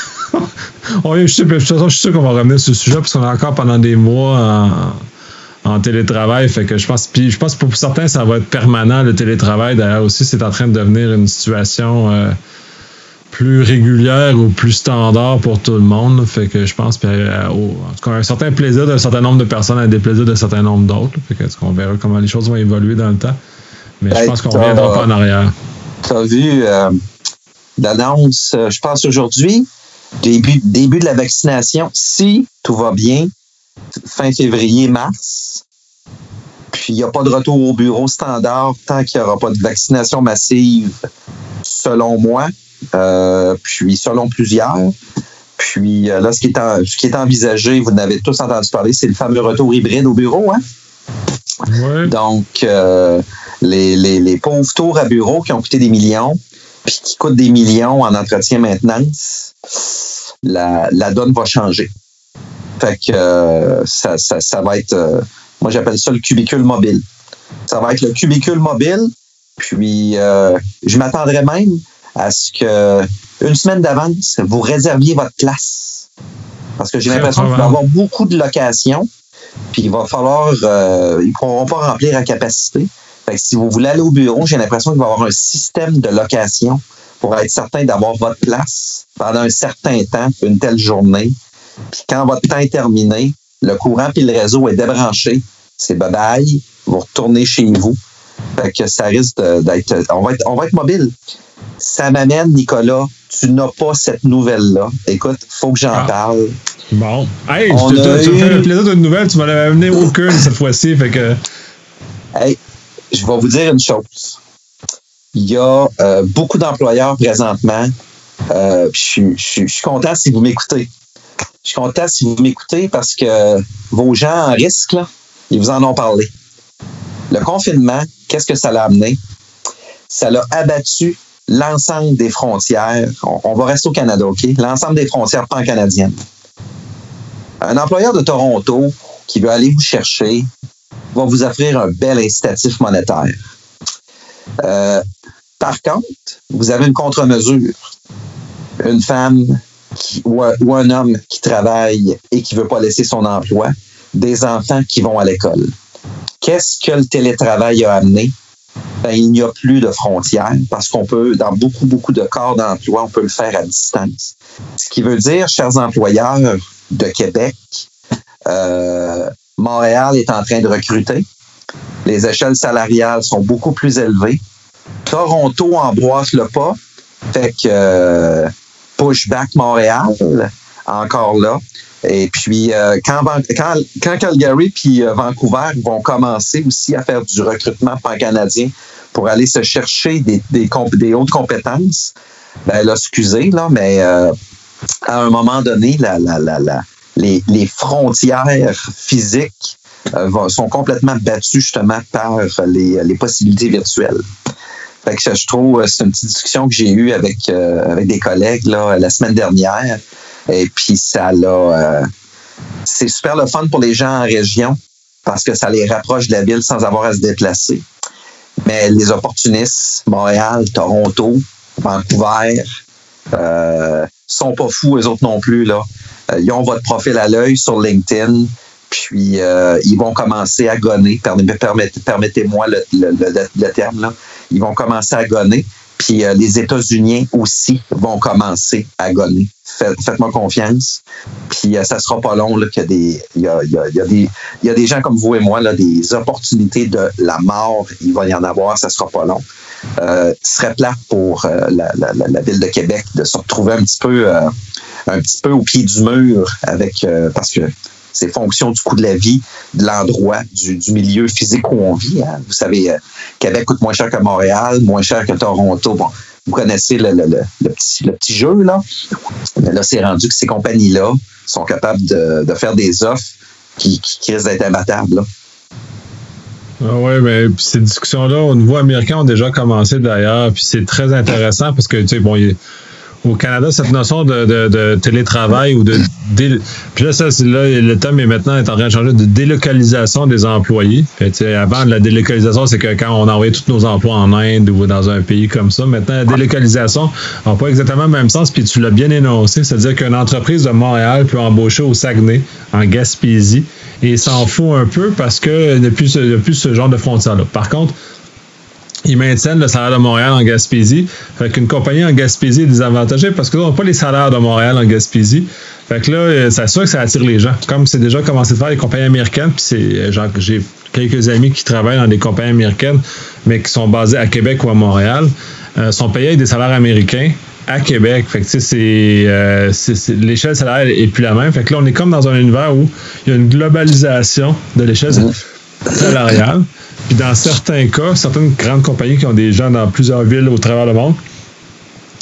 je suis sûr qu'on va revenir sur ce sujet parce qu'on a encore pendant des mois en télétravail. Fait que je pense que pour certains, ça va être permanent le télétravail. D'ailleurs aussi, c'est en train de devenir une situation plus régulière ou plus standard pour tout le monde. Fait que je pense en tout cas un certain plaisir d'un certain nombre de personnes à des plaisirs d'un certain nombre d'autres. Fait que on verra comment les choses vont évoluer dans le temps. Mais je pense qu'on ne reviendra pas en arrière. Tu as vu l'annonce, je pense aujourd'hui, début de la vaccination, si tout va bien, fin février-mars. Puis il n'y a pas de retour au bureau standard tant qu'il n'y aura pas de vaccination massive, selon moi. puis selon plusieurs. Puis là, ce qui est envisagé, vous en avez tous entendu parler, c'est le fameux retour hybride au bureau, hein? Ouais. Donc, les pauvres tours à bureau qui ont coûté des millions, puis qui coûtent des millions en entretien maintenance, la donne va changer. Fait que ça va être, moi j'appelle ça le cubicule mobile. Ça va être le cubicule mobile, puis je m'attendrais même à ce que une semaine d'avance, vous réserviez votre place. Parce que j'ai l'impression qu'il va y avoir beaucoup de locations, puis il va falloir, ils ne pourront pas remplir à capacité. Fait que si vous voulez aller au bureau, j'ai l'impression qu'il va y avoir un système de location pour être certain d'avoir votre place pendant un certain temps, une telle journée. Puis quand votre temps est terminé, le courant puis le réseau est débranché. C'est bye-bye, vous retournez chez vous. Fait que ça risque d'être... On va être mobile. Ça m'amène, Nicolas, tu n'as pas cette nouvelle-là. Écoute, faut que j'en parle. Bon. Hey, tu me fais le plaisir d'une nouvelle, tu m'en avais amené aucune cette fois-ci. Fait que... Hey, je vais vous dire une chose. Il y a beaucoup d'employeurs présentement. Je suis content si vous m'écoutez. Je suis content si vous m'écoutez parce que vos gens en risque, là, ils vous en ont parlé. Le confinement, qu'est-ce que ça l'a amené? Ça l'a abattu l'ensemble des frontières. On va rester au Canada, OK? L'ensemble des frontières pan-canadiennes. Un employeur de Toronto qui veut aller vous chercher va vous offrir un bel incitatif monétaire. Par contre, vous avez une contre-mesure. Une femme ou un homme qui travaille et qui ne veut pas laisser son emploi, des enfants qui vont à l'école. Qu'est-ce que le télétravail a amené? Ben, il n'y a plus de frontières parce qu'on peut, dans beaucoup de corps d'emploi, on peut le faire à distance. Ce qui veut dire, chers employeurs de Québec, Montréal est en train de recruter. Les échelles salariales sont beaucoup plus élevées. Toronto emboîte le pas. Fait que pushback Montréal, encore là. Et puis, quand Calgary puis Vancouver vont commencer aussi à faire du recrutement pan-canadien pour aller se chercher des hautes compétences, ben là, excusez, là, mais à un moment donné, les frontières physiques sont complètement battues justement par les possibilités virtuelles. Fait que je trouve c'est une petite discussion que j'ai eue avec des collègues là, la semaine dernière. Et puis c'est super le fun pour les gens en région parce que ça les rapproche de la ville sans avoir à se déplacer. Mais les opportunistes, Montréal, Toronto, Vancouver, sont pas fous, eux autres non plus, là. Ils ont votre profil à l'œil sur LinkedIn, puis ils vont commencer à gonner. Permettez-moi le terme, là. Ils vont commencer à gonner. Puis les États-Unis aussi vont commencer à gonner. Faites-moi confiance. Puis ça sera pas long là, qu'il y a des gens comme vous et moi, là, des opportunités de la mort. Il va y en avoir, ça sera pas long. Ce serait plate pour la ville de Québec de se retrouver un petit peu au pied du mur avec parce que c'est fonction du coût de la vie, de l'endroit, du milieu physique où on vit. Hein. Vous savez, Québec coûte moins cher que Montréal, moins cher que Toronto. Bon, vous connaissez le petit jeu, là. Mais là, c'est rendu que ces compagnies-là sont capables de faire des offres qui risquent d'être imbattables, là. Ah oui, mais ces discussions-là, au niveau américain, ont déjà commencé d'ailleurs. Puis c'est très intéressant parce que, tu sais, bon, au Canada, cette notion de télétravail ou de... Puis là, le terme est maintenant en train de changer de délocalisation des employés. Puis, avant, la délocalisation, c'est que quand on envoyait tous nos emplois en Inde ou dans un pays comme ça, maintenant, la délocalisation n'a pas exactement le même sens, puis tu l'as bien énoncé. C'est-à-dire qu'une entreprise de Montréal peut embaucher au Saguenay, en Gaspésie, et s'en fout un peu parce qu'il n'y a plus ce genre de frontière-là. Par contre, ils maintiennent le salaire de Montréal en Gaspésie. Fait qu'une compagnie en Gaspésie est désavantagée parce qu'ils n'ont pas les salaires de Montréal en Gaspésie. Fait que là, c'est sûr que ça attire les gens. Comme c'est déjà commencé de faire les compagnies américaines, puis j'ai quelques amis qui travaillent dans des compagnies américaines, mais qui sont basées à Québec ou à Montréal, sont payés avec des salaires américains à Québec. Fait que tu sais, l'échelle salariale est plus la même. Fait que là, on est comme dans un univers où il y a une globalisation de l'échelle salariale. Puis dans certains cas, certaines grandes compagnies qui ont des gens dans plusieurs villes au travers du monde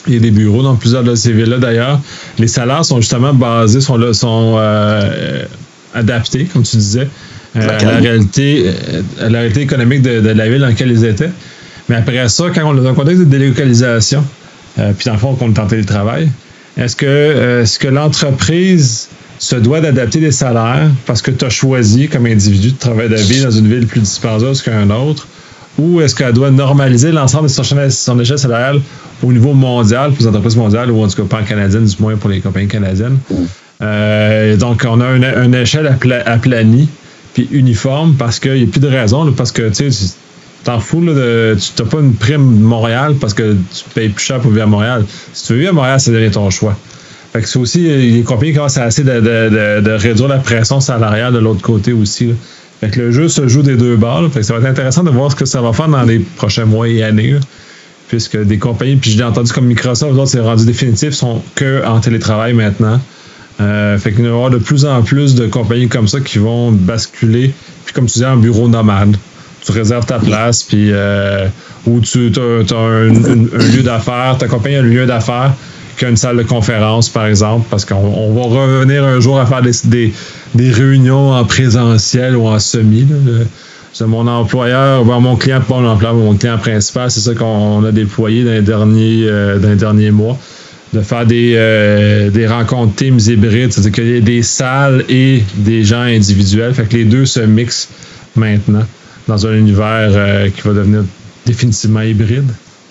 Il y a des bureaux dans plusieurs de ces villes-là, d'ailleurs. Les salaires sont justement basés, sont adaptés, comme tu disais, à la réalité économique de la ville dans laquelle ils étaient. Mais après ça, quand on est dans un contexte de délocalisation, puis dans le fond, qu'on est en télétravail, est-ce que l'entreprise se doit d'adapter les salaires parce que tu as choisi comme individu de travailler de vie dans une ville plus dispendieuse qu'un autre, ou est-ce qu'elle doit normaliser l'ensemble de son échelle salariale au niveau mondial, pour les entreprises mondiales, ou en tout cas pas canadiennes, du moins pour les compagnies canadiennes. Donc, on a une échelle aplanie puis uniforme parce qu'il n'y a plus de raison, là, parce que tu sais, t'en fous, là, tu n'as pas une prime de Montréal parce que tu payes plus cher pour vivre à Montréal. Si tu veux vivre à Montréal, ça devient ton choix. Fait que c'est aussi, les compagnies commencent à essayer de réduire la pression salariale de l'autre côté aussi, là. Fait que le jeu se joue des deux bords, là. Fait que ça va être intéressant de voir ce que ça va faire dans les prochains mois et années, là. Puisque des compagnies, puis je l'ai entendu comme Microsoft, eux autres, c'est rendu définitif, sont que en télétravail maintenant. Fait qu'il va y avoir de plus en plus de compagnies comme ça qui vont basculer, puis comme tu dis, en bureau nomade. Tu réserves ta place, puis ou tu as un lieu d'affaires, ta compagnie a un lieu d'affaires qui a une salle de conférence, par exemple, parce qu'on va revenir un jour à faire des réunions en présentiel ou en semi, là. C'est mon employeur, mon client, pas mon employeur, mon client principal, c'est ça qu'on a déployé dans les derniers mois, de faire des rencontres Teams hybrides, c'est-à-dire qu'il y a des salles et des gens individuels, fait que les deux se mixent maintenant dans un univers qui va devenir définitivement hybride.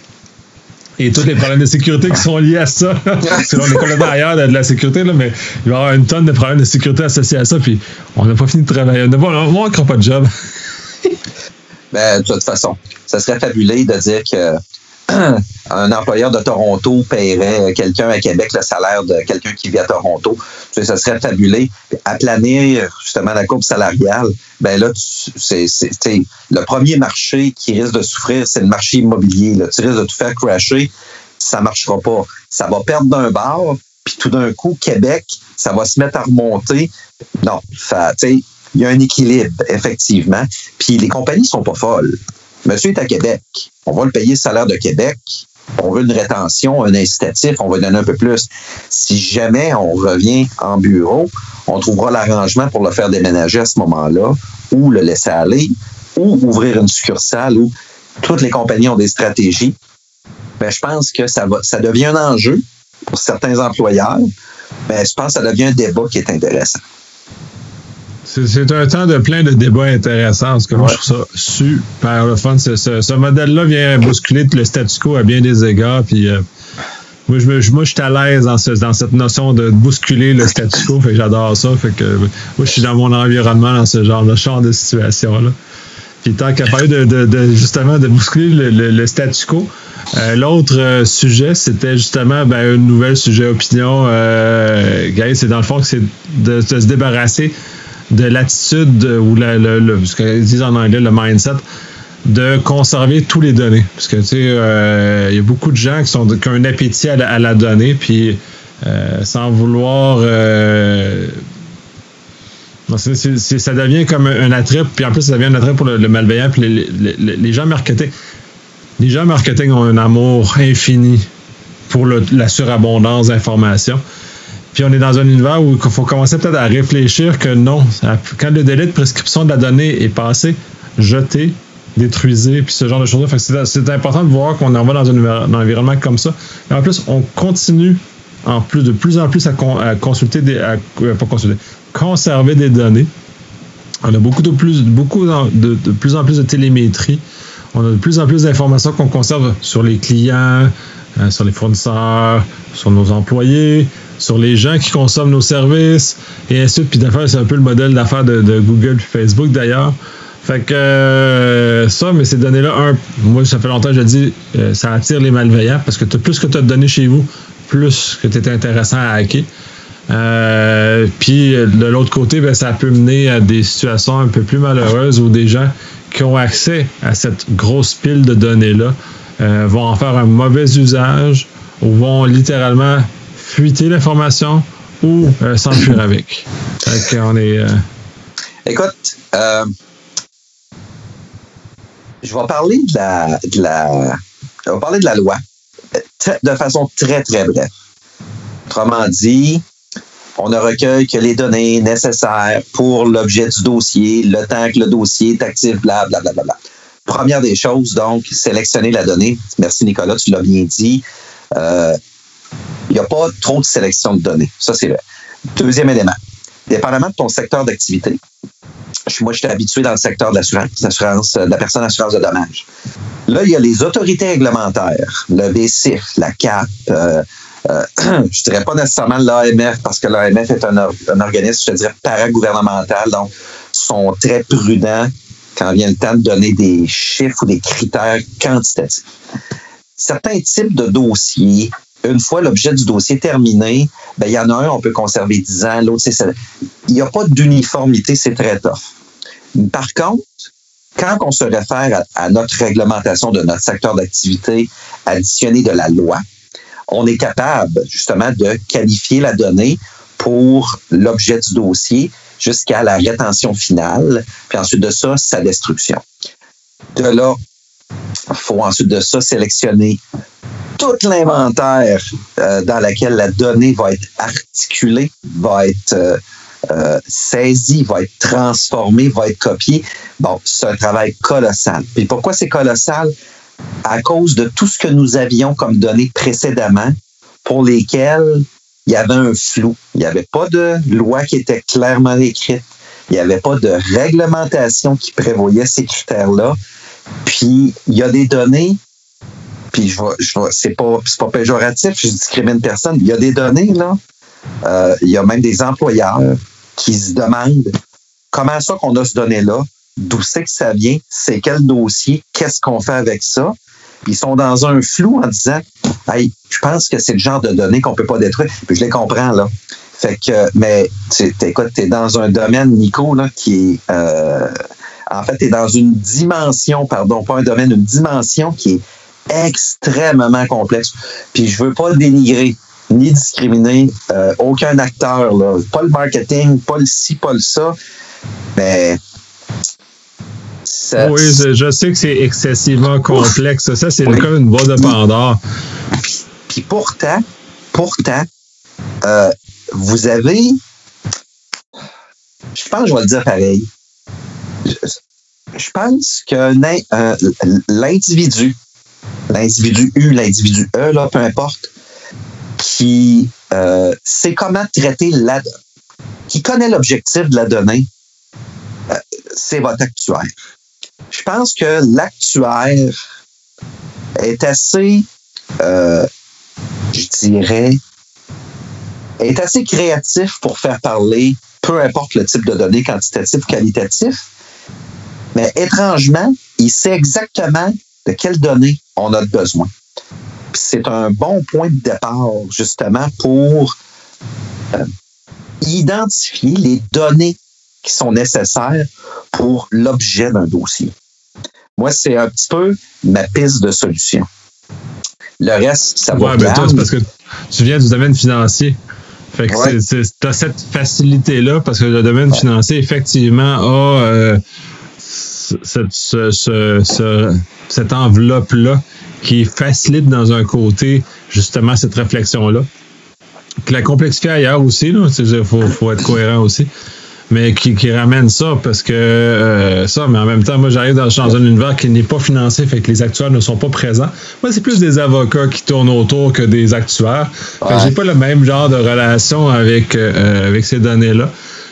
Et tous les problèmes de sécurité qui sont liés à ça. Parce que là, on est complètement ailleurs de la sécurité, là, mais il va y avoir une tonne de problèmes de sécurité associés à ça, puis on n'a pas fini de travailler. On ne manquera pas de job. Ben, de toute façon, ça serait fabuleux de dire que un employeur de Toronto paierait quelqu'un à Québec le salaire de quelqu'un qui vit à Toronto. Tu sais, ça serait fabuleux. Aplanir justement la courbe salariale, ben là, c'est le premier marché qui risque de souffrir, c'est le marché immobilier. Là. Tu risques de tout faire crasher, ça ne marchera pas. Ça va perdre d'un bord, puis tout d'un coup, Québec, ça va se mettre à remonter. Non, tu sais, il y a un équilibre, effectivement. Puis les compagnies sont pas folles. Monsieur est à Québec. On va le payer le salaire de Québec. On veut une rétention, un incitatif, on va donner un peu plus. Si jamais on revient en bureau, on trouvera l'arrangement pour le faire déménager à ce moment-là, ou le laisser aller, ou ouvrir une succursale où toutes les compagnies ont des stratégies. Ben, je pense que ça devient un enjeu pour certains employeurs, mais je pense que ça devient un débat qui est intéressant. C'est un temps de plein de débats intéressants, parce que moi, je trouve ça super le fun. Ce modèle-là vient bousculer le statu quo à bien des égards, puis moi, je suis à l'aise dans cette notion de bousculer le statu quo, fait que j'adore ça, fait que moi, je suis dans mon environnement dans ce genre de situation-là. Puis tant qu'à parler justement de bousculer le statu quo, l'autre sujet, c'était justement un nouvel sujet opinion. C'est dans le fond que c'est de se débarrasser de l'attitude ou ce qu'ils disent en anglais, le mindset de conserver tous les données. Parce que, tu sais, il y a beaucoup de gens qui ont un appétit à la donnée, puis sans vouloir... ça devient comme un attrait, puis en plus, ça devient un attrait pour le malveillant, puis les gens marketing. Les gens marketing ont un amour infini pour la surabondance d'informations. Puis on est dans un univers où il faut commencer peut-être à réfléchir que non, quand le délai de prescription de la donnée est passé, jetez, détruisez, puis ce genre de choses-là. Fait que c'est important de voir qu'on en va dans un environnement comme ça. Et en plus, on continue de plus en plus à consulter conserver des données. On a de plus en plus de télémétrie. On a de plus en plus d'informations qu'on conserve sur les clients, sur les fournisseurs, sur nos employés, sur les gens qui consomment nos services, et ainsi de suite. Puis d'affaires, c'est un peu le modèle d'affaires de Google et Facebook, d'ailleurs. Fait que ça, mais ces données-là, moi, ça fait longtemps que je dis, ça attire les malveillants, parce que plus que tu as de données chez vous, plus que tu es intéressant à hacker. Puis de l'autre côté, ça peut mener à des situations un peu plus malheureuses où des gens qui ont accès à cette grosse pile de données-là vont en faire un mauvais usage ou vont littéralement fuiter l'information ou s'enfuir avec. Fait qu'on est... Écoute, je vais parler de la loi. Tu de façon très, très brève. Autrement dit, on ne recueille que les données nécessaires pour l'objet du dossier, le temps que le dossier est actif, blablabla. Bla, bla, bla. Première des choses, donc, sélectionner la donnée. Merci Nicolas, tu l'as bien dit. Il n'y a pas trop de sélection de données. Ça, c'est vrai. Deuxième élément. Dépendamment de ton secteur d'activité, moi, je suis habitué dans le secteur de l'assurance de la personne assurance de dommages. Là, il y a les autorités réglementaires, le BCIF, la CAP, je dirais pas nécessairement l'AMF, parce que l'AMF est un organisme, je te dirais, paragouvernemental, donc sont très prudents quand vient le temps de donner des chiffres ou des critères quantitatifs. Certains types de dossiers, une fois l'objet du dossier terminé, ben, il y en a un, on peut conserver 10 ans, l'autre, il n'y a pas d'uniformité, c'est très tough. Par contre, quand on se réfère à notre réglementation de notre secteur d'activité additionnée de la loi, on est capable justement de qualifier la donnée pour l'objet du dossier jusqu'à la rétention finale, puis ensuite de ça, sa destruction. De là, il faut ensuite de ça sélectionner tout l'inventaire dans lequel la donnée va être articulée, va être saisie, va être transformée, va être copiée. Bon, c'est un travail colossal. Puis pourquoi c'est colossal? À cause de tout ce que nous avions comme données précédemment pour lesquelles il y avait un flou. Il n'y avait pas de loi qui était clairement écrite. Il n'y avait pas de réglementation qui prévoyait ces critères-là. Puis, il y a des données, puis c'est pas péjoratif, je discrimine personne. Il y a des données, là. Il y a même des employeurs qui se demandent comment ça qu'on a ce données-là, d'où c'est que ça vient, c'est quel dossier, qu'est-ce qu'on fait avec ça. Puis ils sont dans un flou en disant hey, je pense que c'est le genre de données qu'on peut pas détruire. Puis je les comprends, là. Fait que, mais écoute, t'es dans un domaine, Nico, là, qui est en fait, t'es dans une dimension, pardon, pas un domaine, une dimension qui est extrêmement complexe. Puis je veux pas le dénigrer ni discriminer aucun acteur, là. Pas le marketing, pas le ci, pas le ça, mais oui, je sais que c'est excessivement complexe. Ça, c'est comme une boîte de Pandore. Puis pourtant, vous avez, je pense que je vais le dire pareil, je pense que l'individu U, l'individu E, là, peu importe, qui sait comment traiter qui connaît l'objectif de la donnée, c'est votre actuaire. Je pense que l'actuaire est assez, je dirais, est assez créatif pour faire parler, peu importe le type de données, quantitatif ou qualitatif, mais étrangement, il sait exactement de quelles données on a besoin. Puis c'est un bon point de départ, justement, pour identifier les données qui sont nécessaires pour l'objet d'un dossier. Moi, c'est un petit peu ma piste de solution. Le reste, ça va bien. Toi, c'est parce que tu viens du domaine financier. Fait que tu as cette facilité-là parce que le domaine financier, effectivement, a cette enveloppe-là qui facilite dans un côté, justement, cette réflexion-là. Qui la complexifie ailleurs aussi, il faut être cohérent aussi. Mais qui ramène ça parce que mais en même temps, moi j'arrive dans un univers qui n'est pas financé, fait que les actuaires ne sont pas présents. Moi, c'est plus des avocats qui tournent autour que des actuaires. Fait que j'ai pas le même genre de relation avec ces données-là.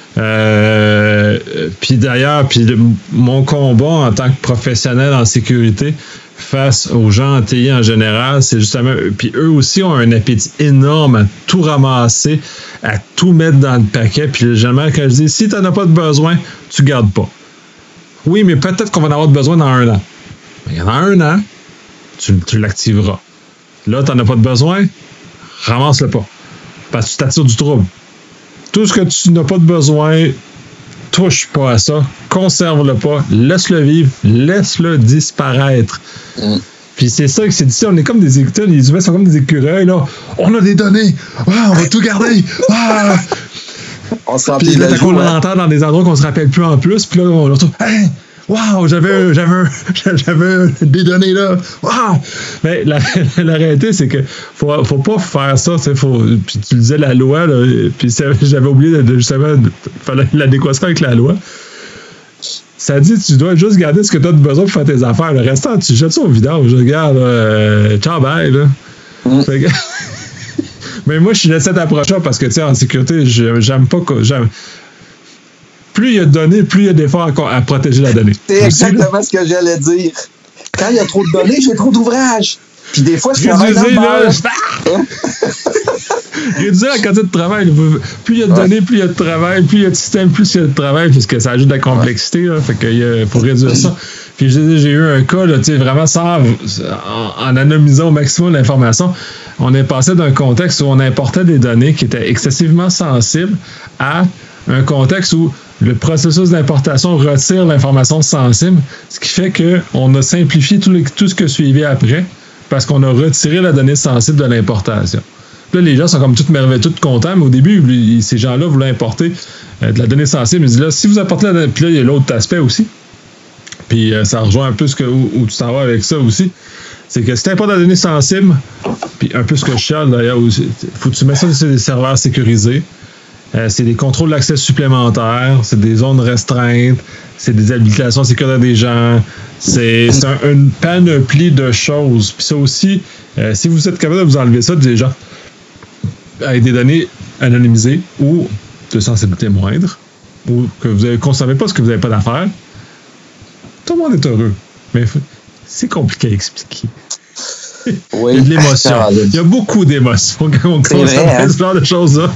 Puis d'ailleurs, mon combat en tant que professionnel en sécurité face aux gens en TI en général, c'est justement, puis eux aussi ont un appétit énorme à tout ramasser, à tout mettre dans le paquet, puis jamais quand je dis, si tu n'en as pas de besoin, tu gardes pas. Oui, mais peut-être qu'on va en avoir besoin dans 1 an. Il y en a 1 an, tu l'activeras. Là, tu n'en as pas de besoin, ramasse-le pas. Parce que tu t'attires du trouble. Tout ce que tu n'as pas de besoin, touche pas à ça, conserve-le pas, laisse-le vivre, laisse-le disparaître. Puis c'est ça que c'est dit, on est comme des écouteurs, les humains sont comme des écureuils, là. On a des données, on va tout garder. On se remplit de la on l'entend dans des endroits qu'on se rappelle plus en plus, puis là, on retrouve, Waouh, j'avais des données là. Waouh! Mais la réalité, c'est que faut pas faire ça. Puis tu disais la loi, là, puis j'avais oublié justement fallait l'adéquation avec la loi. Ça dit tu dois juste garder ce que tu as besoin pour faire tes affaires. Le restant, tu jettes ça au vidange. Regarde, ciao, bye, là. Mais moi, je suis de cette approche-là parce que, tu sais, en sécurité, j'aime pas que. Plus il y a de données, plus il y a d'efforts à protéger la donnée. C'est exactement ce que j'allais dire. Quand il y a trop de données, j'ai trop d'ouvrages. Puis des fois, je travaille dans réduire la quantité de travail. Plus il y a de données, plus il y a de travail. Plus il y a de système, plus il y a de travail, puisque ça ajoute de la complexité. Là, fait que pour réduire ça. Puis j'ai eu un cas, là, vraiment en anonymisant au maximum l'information. On est passé d'un contexte où on importait des données qui étaient excessivement sensibles à un contexte où le processus d'importation retire l'information sensible, ce qui fait qu'on a simplifié tout ce que suivait après parce qu'on a retiré la donnée sensible de l'importation. Puis là, les gens sont comme tout merveilleux, tout contents, mais au début, ces gens-là voulaient importer de la donnée sensible. Ils disent là, si vous apportez la donnée, puis là, il y a l'autre aspect aussi. Puis ça rejoint un peu où tu t'en vas avec ça aussi. C'est que si tu importes la donnée sensible, puis un peu ce que je chiale d'ailleurs, il faut que tu mettes ça sur des serveurs sécurisés. C'est des contrôles d'accès supplémentaires, c'est des zones restreintes, c'est des habilitations sécuritaires des gens, c'est une panoplie de choses. Puis ça aussi, si vous êtes capable de vous enlever ça déjà avec des données anonymisées ou de sensibilité moindre, ou que vous ne consommez pas ce que vous n'avez pas d'affaires, tout le monde est heureux. Mais c'est compliqué à expliquer. Oui. Il y a de l'émotion. Il y a beaucoup d'émotions quand on consomme ce genre de choses-là.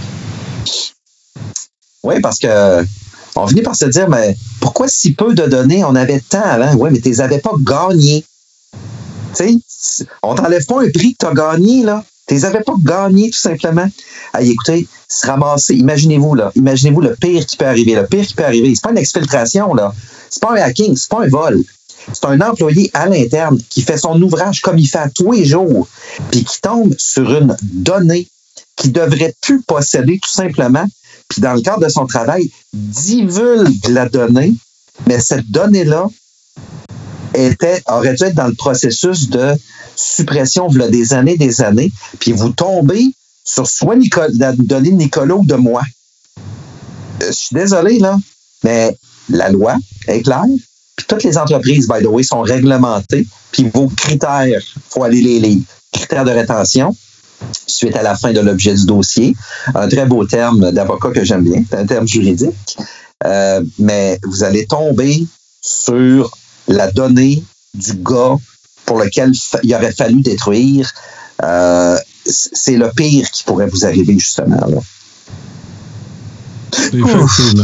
Oui, parce que on finit par se dire, mais pourquoi si peu de données? On avait tant avant. Oui, mais tu les avais pas gagnées. Tu sais, on t'enlève pas un prix que tu as gagné, là. Tu les avais pas gagnés, tout simplement. Hey, écoutez, se ramasser, imaginez-vous le pire qui peut arriver. Le pire qui peut arriver, c'est pas une exfiltration, là. C'est pas un hacking, c'est pas un vol. C'est un employé à l'interne qui fait son ouvrage comme il fait à tous les jours, puis qui tombe sur une donnée qu'il devrait plus posséder, tout simplement. Puis dans le cadre de son travail, divulgue la donnée, mais cette donnée-là aurait dû être dans le processus de suppression il y a des années, puis vous tombez sur soit la donnée de Nicolas ou de moi. Je suis désolé, là, mais la loi est claire, puis toutes les entreprises, by the way, sont réglementées, puis vos critères, il faut aller les lire. Critères de rétention, suite à la fin de l'objet du dossier. Un très beau terme d'avocat que j'aime bien, c'est un terme juridique. Mais vous allez tomber sur la donnée du gars pour lequel il aurait fallu détruire. C'est le pire qui pourrait vous arriver, justement. Là. Effectivement.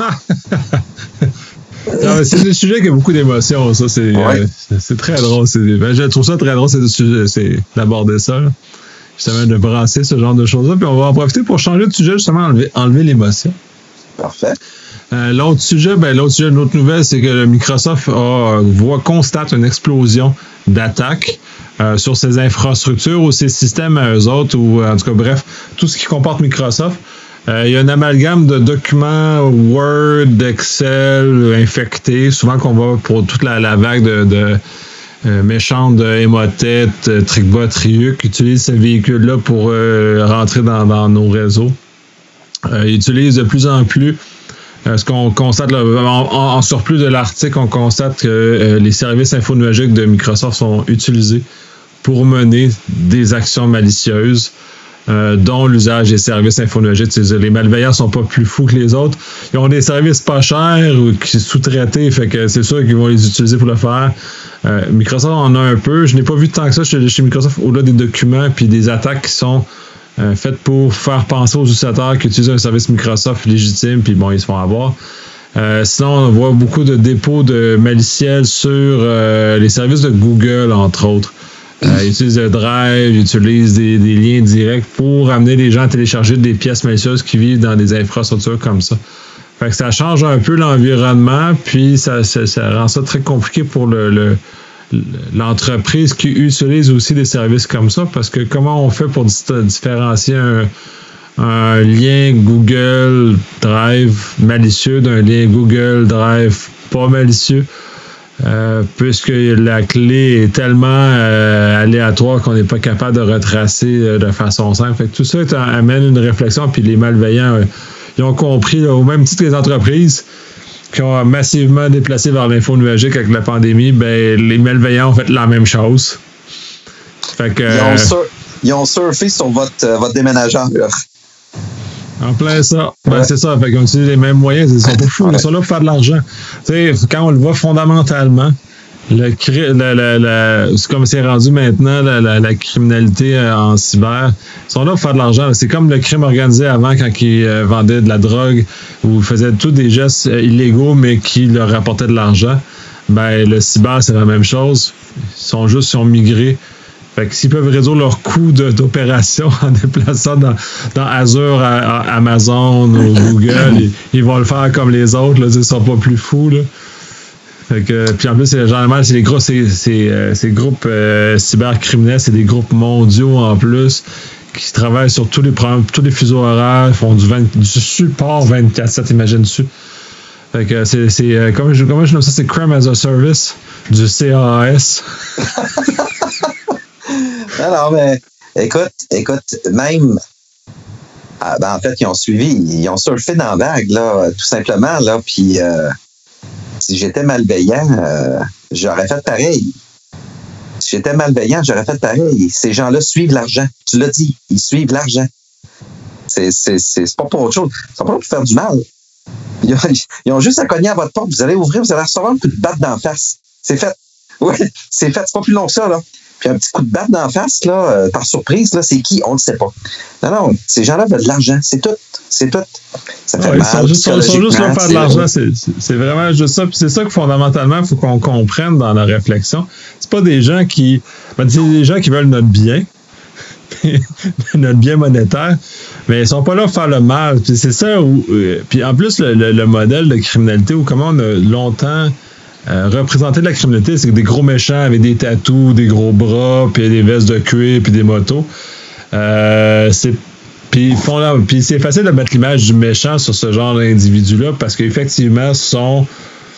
Non, c'est des sujets qui ont beaucoup d'émotions, ça. C'est très drôle. Je trouve ça très drôle, c'est d'aborder ça. Là. Justement, de brasser ce genre de choses-là. Puis on va en profiter pour changer de sujet, justement, enlever l'émotion. Parfait. L'autre sujet, une autre nouvelle, c'est que Microsoft constate une explosion d'attaques sur ses infrastructures ou ses systèmes à eux autres, ou en tout cas, bref, tout ce qui comporte Microsoft. Il y a un amalgame de documents Word, Excel infectés, souvent qu'on va pour toute la vague de méchante Emotet, Trickbot, Ryuk, utilise ces véhicules-là pour rentrer dans nos réseaux. Ils utilisent de plus en plus ce qu'on constate, là, en surplus de l'article, on constate que les services infonuagiques de Microsoft sont utilisés pour mener des actions malicieuses, dont l'usage des services infonuagiques. Les malveillants sont pas plus fous que les autres. Ils ont des services pas chers ou qui sont sous-traités, fait que c'est sûr qu'ils vont les utiliser pour le faire. Microsoft en a un peu. Je n'ai pas vu tant que ça chez Microsoft, au-delà des documents puis des attaques qui sont faites pour faire penser aux utilisateurs qui utilisent un service Microsoft légitime, puis bon, ils se font avoir. Sinon, on voit beaucoup de dépôts de maliciels sur les services de Google, entre autres. Ils utilisent le Drive, ils utilisent des liens directs pour amener les gens à télécharger des pièces malicieuses qui vivent dans des infrastructures comme ça. Fait que ça change un peu l'environnement, puis ça rend ça très compliqué pour l'entreprise qui utilise aussi des services comme ça, parce que comment on fait pour différencier un lien Google Drive malicieux d'un lien Google Drive pas malicieux? puisque la clé est tellement aléatoire qu'on n'est pas capable de retracer de façon simple. Fait que tout ça amène une réflexion, puis les malveillants, ils ont compris, là, au même titre que les entreprises qui ont massivement déplacé vers l'info nuagique avec la pandémie, ben les malveillants ont fait la même chose. Fait que, ils ont surfé sur votre déménageur. En plein ça. Ben, c'est ça. Fait qu'on utilise les mêmes moyens. Ils sont pas fous. Ils sont là pour faire de l'argent. Tu sais, quand on le voit fondamentalement, c'est comme c'est rendu maintenant, la criminalité en cyber, ils sont là pour faire de l'argent. C'est comme le crime organisé avant quand ils vendaient de la drogue ou ils faisaient tous des gestes illégaux mais qui leur rapportaient de l'argent. Ben, le cyber, c'est la même chose. Ils ont migré. Fait que s'ils peuvent réduire leurs coûts d'opération en déplaçant dans Azure, Amazon ou Google, ils vont le faire comme les autres, là, ils ne sont pas plus fous. Là. Fait que, puis en plus, généralement, c'est les gros, ces groupes cybercriminels, c'est des groupes mondiaux en plus, qui travaillent sur tous les fuseaux horaires, font du support 24/7, imagine-tu. Fait que c'est comment je nomme ça, c'est Crime as a Service, du CAS. Non, mais écoute, même, en fait, ils ont surfé dans la vague, là, tout simplement, là, puis si j'étais malveillant, j'aurais fait pareil. Si j'étais malveillant, j'aurais fait pareil. Ces gens-là suivent l'argent. Tu l'as dit, ils suivent l'argent. C'est pas pour autre chose. Ils sont pas là pour faire du mal. Ils ont juste à cogner à votre porte. Vous allez ouvrir, vous allez recevoir un coup de batte d'en face. C'est fait. Oui, c'est fait. C'est pas plus long que ça, là. Puis un petit coup de batte d'en face, là, par surprise, là, c'est qui? On ne le sait pas. Non, ces gens-là veulent de l'argent. C'est tout. Ça fait mal. Ils sont juste là pour faire de l'argent. C'est vraiment juste ça. Puis c'est ça que fondamentalement, il faut qu'on comprenne dans la réflexion. C'est pas des gens qui. Ben, c'est des gens qui veulent notre bien. Notre bien monétaire. Mais ils sont pas là pour faire le mal. Puis c'est ça où. Puis en plus, le modèle de criminalité où comment on a longtemps. Représenter de la criminalité, c'est des gros méchants avec des tatous, des gros bras, puis des vestes de cuir, puis des motos. Puis c'est facile de mettre l'image du méchant sur ce genre d'individus-là parce qu'effectivement, sont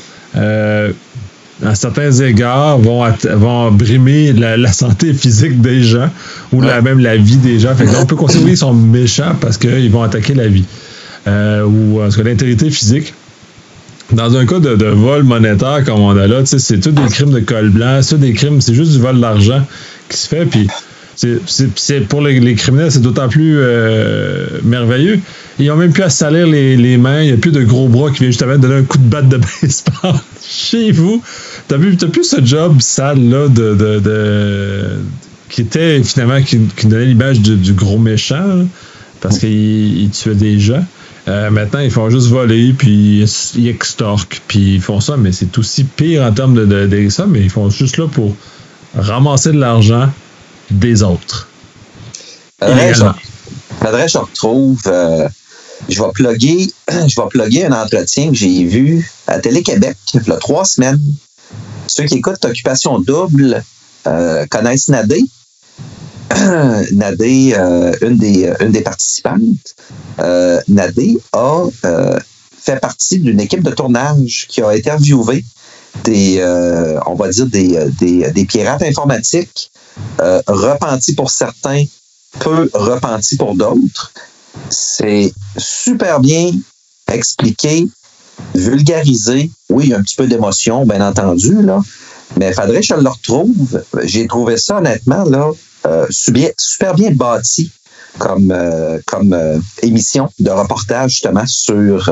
à certains égards vont brimer la santé physique des gens ou même la vie des gens. Fait que là, on peut considérer qu'ils sont méchants parce qu'ils vont attaquer la vie ou en tout cas l'intégrité physique. Dans un cas de vol monétaire comme on a là, c'est tous des crimes de col blanc, c'est juste du vol d'argent qui se fait, puis c'est pour les criminels, c'est d'autant plus merveilleux. Ils n'ont même plus à se salir les mains, il n'y a plus de gros bras qui viennent justement donner un coup de batte de baseball chez vous. T'as plus ce job sale là qui était finalement qui donnait l'image du gros méchant là, parce qu'il tuait des gens. Maintenant, ils font juste voler, puis ils extorquent, puis ils font ça, mais c'est aussi pire en termes de ça, mais ils font juste là pour ramasser de l'argent des autres. Faudrait que je retrouve. Je vais plugger un entretien que j'ai vu à Télé-Québec il y a 3 semaines. Ceux qui écoutent Occupation Double connaissent Nadé. Nadé, une des participantes. Nadé a fait partie d'une équipe de tournage qui a interviewé des pirates informatiques repentis pour certains, peu repentis pour d'autres. C'est super bien expliqué, vulgarisé. Oui, il y a un petit peu d'émotion, bien entendu, là, mais il faudrait que je le retrouve. J'ai trouvé ça, honnêtement, là, super bien bâti comme émission de reportage, justement, sur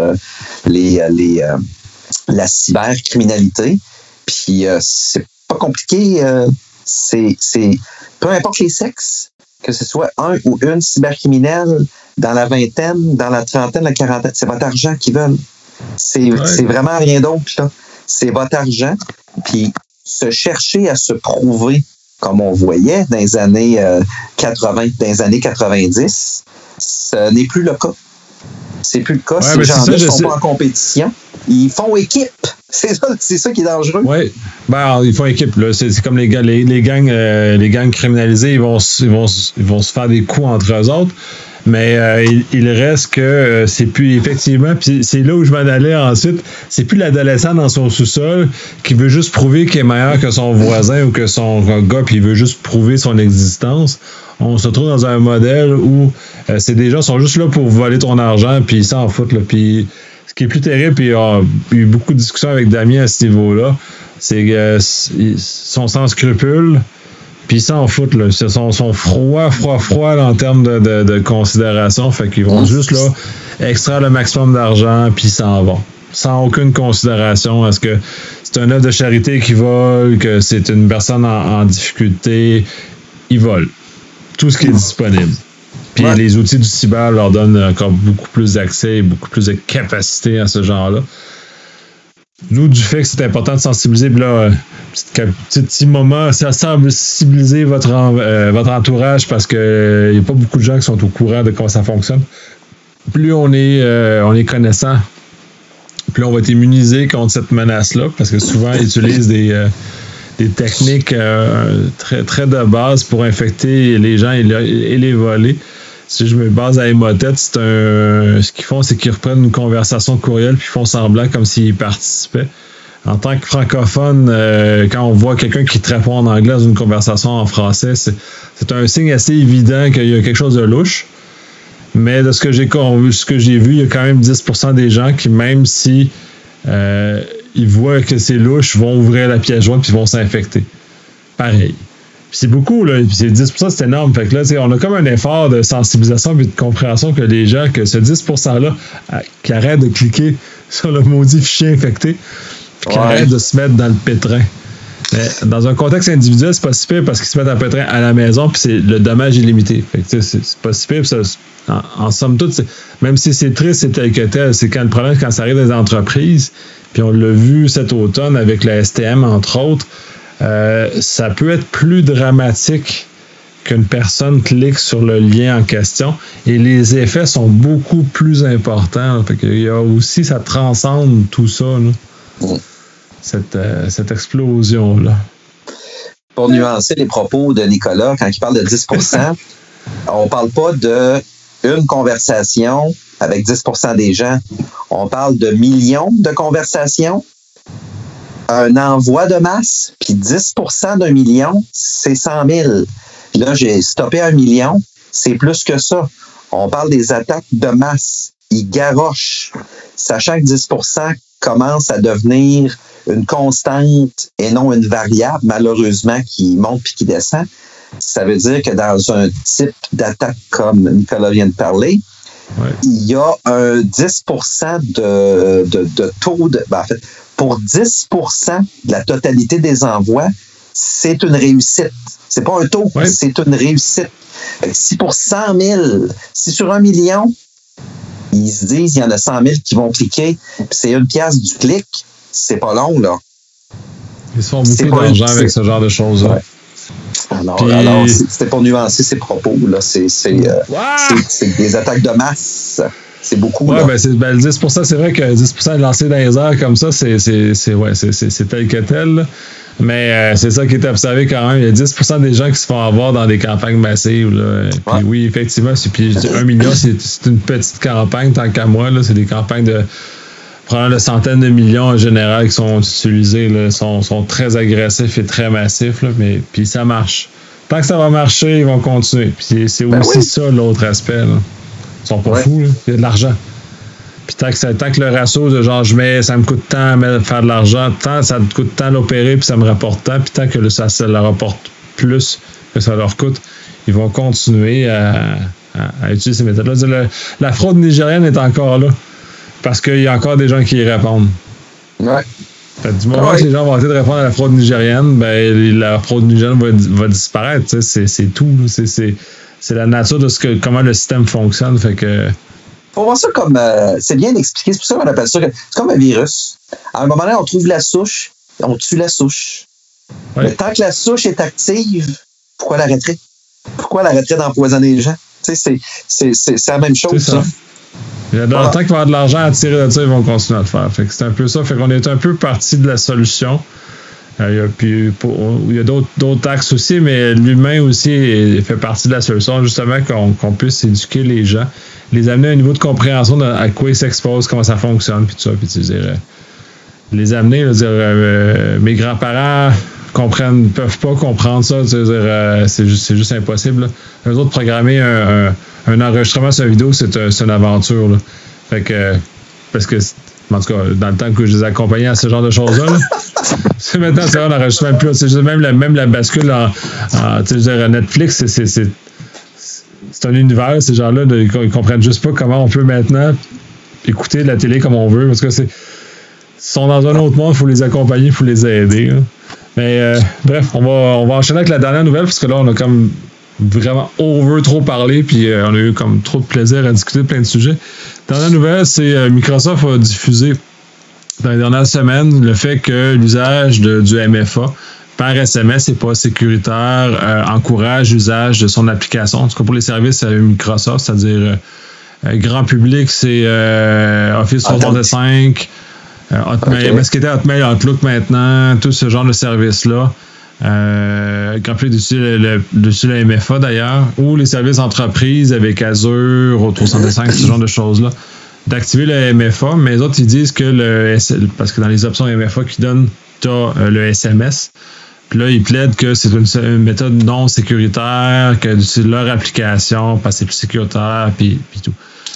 la cybercriminalité. Puis, c'est pas compliqué. C'est peu importe les sexes, que ce soit un ou une cybercriminelle dans la vingtaine, dans la trentaine, la quarantaine, c'est votre argent qu'ils veulent. C'est vraiment rien d'autre, là. C'est votre argent. Puis, se chercher à se prouver comme on voyait dans les années 80, dans les années 90, ce n'est plus le cas. C'est plus le cas. Ces gens-là ne sont pas en compétition. Ils font équipe. C'est ça qui est dangereux. Oui. Ben, ils font équipe. Là. C'est comme les gangs criminalisés, ils vont se faire des coups entre eux autres. Mais il reste que c'est plus effectivement, puis c'est là où je m'en allais ensuite, c'est plus l'adolescent dans son sous-sol qui veut juste prouver qu'il est meilleur que son voisin ou que son gars, puis il veut juste prouver son existence. On se trouve dans un modèle où c'est des gens qui sont juste là pour voler ton argent, puis ils s'en foutent. Là. Puis ce qui est plus terrible, puis il y a eu beaucoup de discussions avec Damien à ce niveau-là, c'est que sont sans scrupules, puis ils s'en foutent. Là. Ils sont froids là, en termes de considération. Fait qu'ils vont juste là extraire le maximum d'argent, puis ils s'en vont. Sans aucune considération. Est-ce que c'est un œuvre de charité qui vole, que c'est une personne en difficulté? Ils volent. Tout ce qui est disponible. Puis les outils du cyber leur donnent encore beaucoup plus d'accès et beaucoup plus de capacité à ce genre-là. Nous, du fait que c'est important de sensibiliser, puis là, petit moment, ça semble sensibiliser votre entourage parce qu'il n'y a pas beaucoup de gens qui sont au courant de comment ça fonctionne. Plus on est connaissant, plus on va être immunisé contre cette menace-là, parce que souvent, ils utilisent des techniques très, très de base pour infecter les gens et les voler. Si je me base à Emotet, ce qu'ils font, c'est qu'ils reprennent une conversation de courriel puis ils font semblant comme s'ils y participaient. En tant que francophone, quand on voit quelqu'un qui te répond en anglais dans une conversation en français, c'est un signe assez évident qu'il y a quelque chose de louche. Mais de ce que j'ai vu, il y a quand même 10% des gens qui, même si ils voient que c'est louche, vont ouvrir la pièce jointe puis vont s'infecter. Pareil. Puis c'est beaucoup, là. Puis c'est 10%, c'est énorme. Fait que là, on a comme un effort de sensibilisation et de compréhension que les gens, que ce 10%-là, qui arrêtent de cliquer sur le maudit fichier infecté, puis qui arrêtent de se mettre dans le pétrin. Mais dans un contexte individuel, c'est pas si pire parce qu'ils se mettent en pétrin à la maison, puis le dommage est limité. Fait que c'est pas si pire. En somme toute, même si c'est triste, c'est tel que tel, c'est quand le problème, quand ça arrive dans les entreprises, puis on l'a vu cet automne avec la STM, entre autres, ça peut être plus dramatique qu'une personne clique sur le lien en question et les effets sont beaucoup plus importants. Fait qu'il y a aussi, ça transcende tout ça, là. Cette explosion-là. Pour nuancer les propos de Nicolas, quand il parle de 10%, on parle pas d'une conversation avec 10% des gens. On parle de millions de conversations, un envoi de masse, puis 10% d'un million, c'est 100 000. Là, j'ai stoppé 1 million, c'est plus que ça. On parle des attaques de masse. Ils garochent, sachant que 10% commence à devenir une constante et non une variable, malheureusement, qui monte puis qui descend. Ça veut dire que dans un type d'attaque comme Nicolas vient de parler, il y a un 10% de taux de... en fait, pour 10% de la totalité des envois, c'est une réussite. C'est pas un taux, c'est une réussite. Si pour 100 000, si sur 1 million, ils se disent il y en a 100 000 qui vont cliquer, puis c'est 1 pièce du clic, c'est pas long, là. Ils se font beaucoup d'argent avec ce genre de choses-là. Ouais. Alors, c'était pour nuancer ces propos, là. C'est des attaques de masse. C'est beaucoup. Ouais, le 10%, c'est vrai que 10% lancé dans les airs comme ça, c'est tel que tel. Là. Mais c'est ça qui est observé quand même. Il y a 10% des gens qui se font avoir dans des campagnes massives. Là. Puis oui, effectivement, puis 1 million, c'est une petite campagne, tant qu'à moi. Là, c'est des campagnes de probablement de centaines de millions en général qui sont utilisés, là, sont très agressifs et très massifs, là, mais puis ça marche. Tant que ça va marcher, ils vont continuer. Puis c'est aussi ça l'autre aspect. Là. Ils sont pas fous, là. Il y a de l'argent. Puis tant que le ratio de genre ça me coûte tant à faire de l'argent, tant ça me coûte tant l'opérer, puis ça me rapporte tant, puis tant que ça leur rapporte plus que ça leur coûte, ils vont continuer à utiliser ces méthodes-là. La fraude nigérienne est encore là. Parce qu'il y a encore des gens qui y répondent. Ouais. Du moment que les gens vont arrêter de répondre à la fraude nigérienne, la fraude nigérienne va disparaître. C'est tout. C'est la nature de comment le système fonctionne. Fait que. Faut voir ça comme. C'est bien expliqué. C'est pour ça qu'on appelle ça. C'est comme un virus. À un moment donné, on trouve la souche, on tue la souche. Ouais. Mais tant que la souche est active, pourquoi l'arrêter? Pourquoi l'arrêter d'empoisonner les gens? C'est la même chose, ça. Dans le temps qu'il va y avoir de l'argent à tirer de ça, ils vont continuer à le faire. Fait que c'est un peu ça. Fait qu'on est un peu parti de la solution. Il y a d'autres axes aussi, mais l'humain aussi fait partie de la solution, justement, qu'on puisse éduquer les gens, les amener à un niveau de compréhension à quoi ils s'exposent, comment ça fonctionne, puis tout ça. Puis tu sais, les amener, mes grands-parents peuvent pas comprendre ça, c'est juste impossible. Là. Eux autres, programmer un enregistrement sur une vidéo, c'est une aventure. Là. Fait que, parce que, en tout cas, dans le temps que je les accompagnais à ce genre de choses-là, maintenant, c'est vrai, on n'enregistre même plus. C'est même la bascule en Netflix, c'est un univers, ces gens-là, ils comprennent juste pas comment on peut maintenant écouter de la télé comme on veut, parce que ils sont dans un autre monde, il faut les accompagner, il faut les aider. Là. Mais bref, on va enchaîner avec la dernière nouvelle, parce que là, on a comme vraiment trop parlé, puis on a eu comme trop de plaisir à discuter de plein de sujets. Dernière nouvelle, c'est Microsoft a diffusé dans les dernières semaines le fait que l'usage du MFA par SMS n'est pas sécuritaire, encourage l'usage de son application. En tout cas, pour les services Microsoft, c'est-à-dire grand public, c'est Office 365, Hotmail, ce qui était Hotmail, Outlook maintenant, tout ce genre de services-là. Grand public dessus le MFA d'ailleurs, ou les services entreprises avec Azure, O365, ce genre de choses-là, d'activer le MFA, mais les autres ils disent que parce que dans les options MFA qu'ils donnent, tu as le SMS. Puis là, ils plaident que c'est une méthode non sécuritaire, que c'est leur application, parce que c'est plus sécuritaire, puis tout.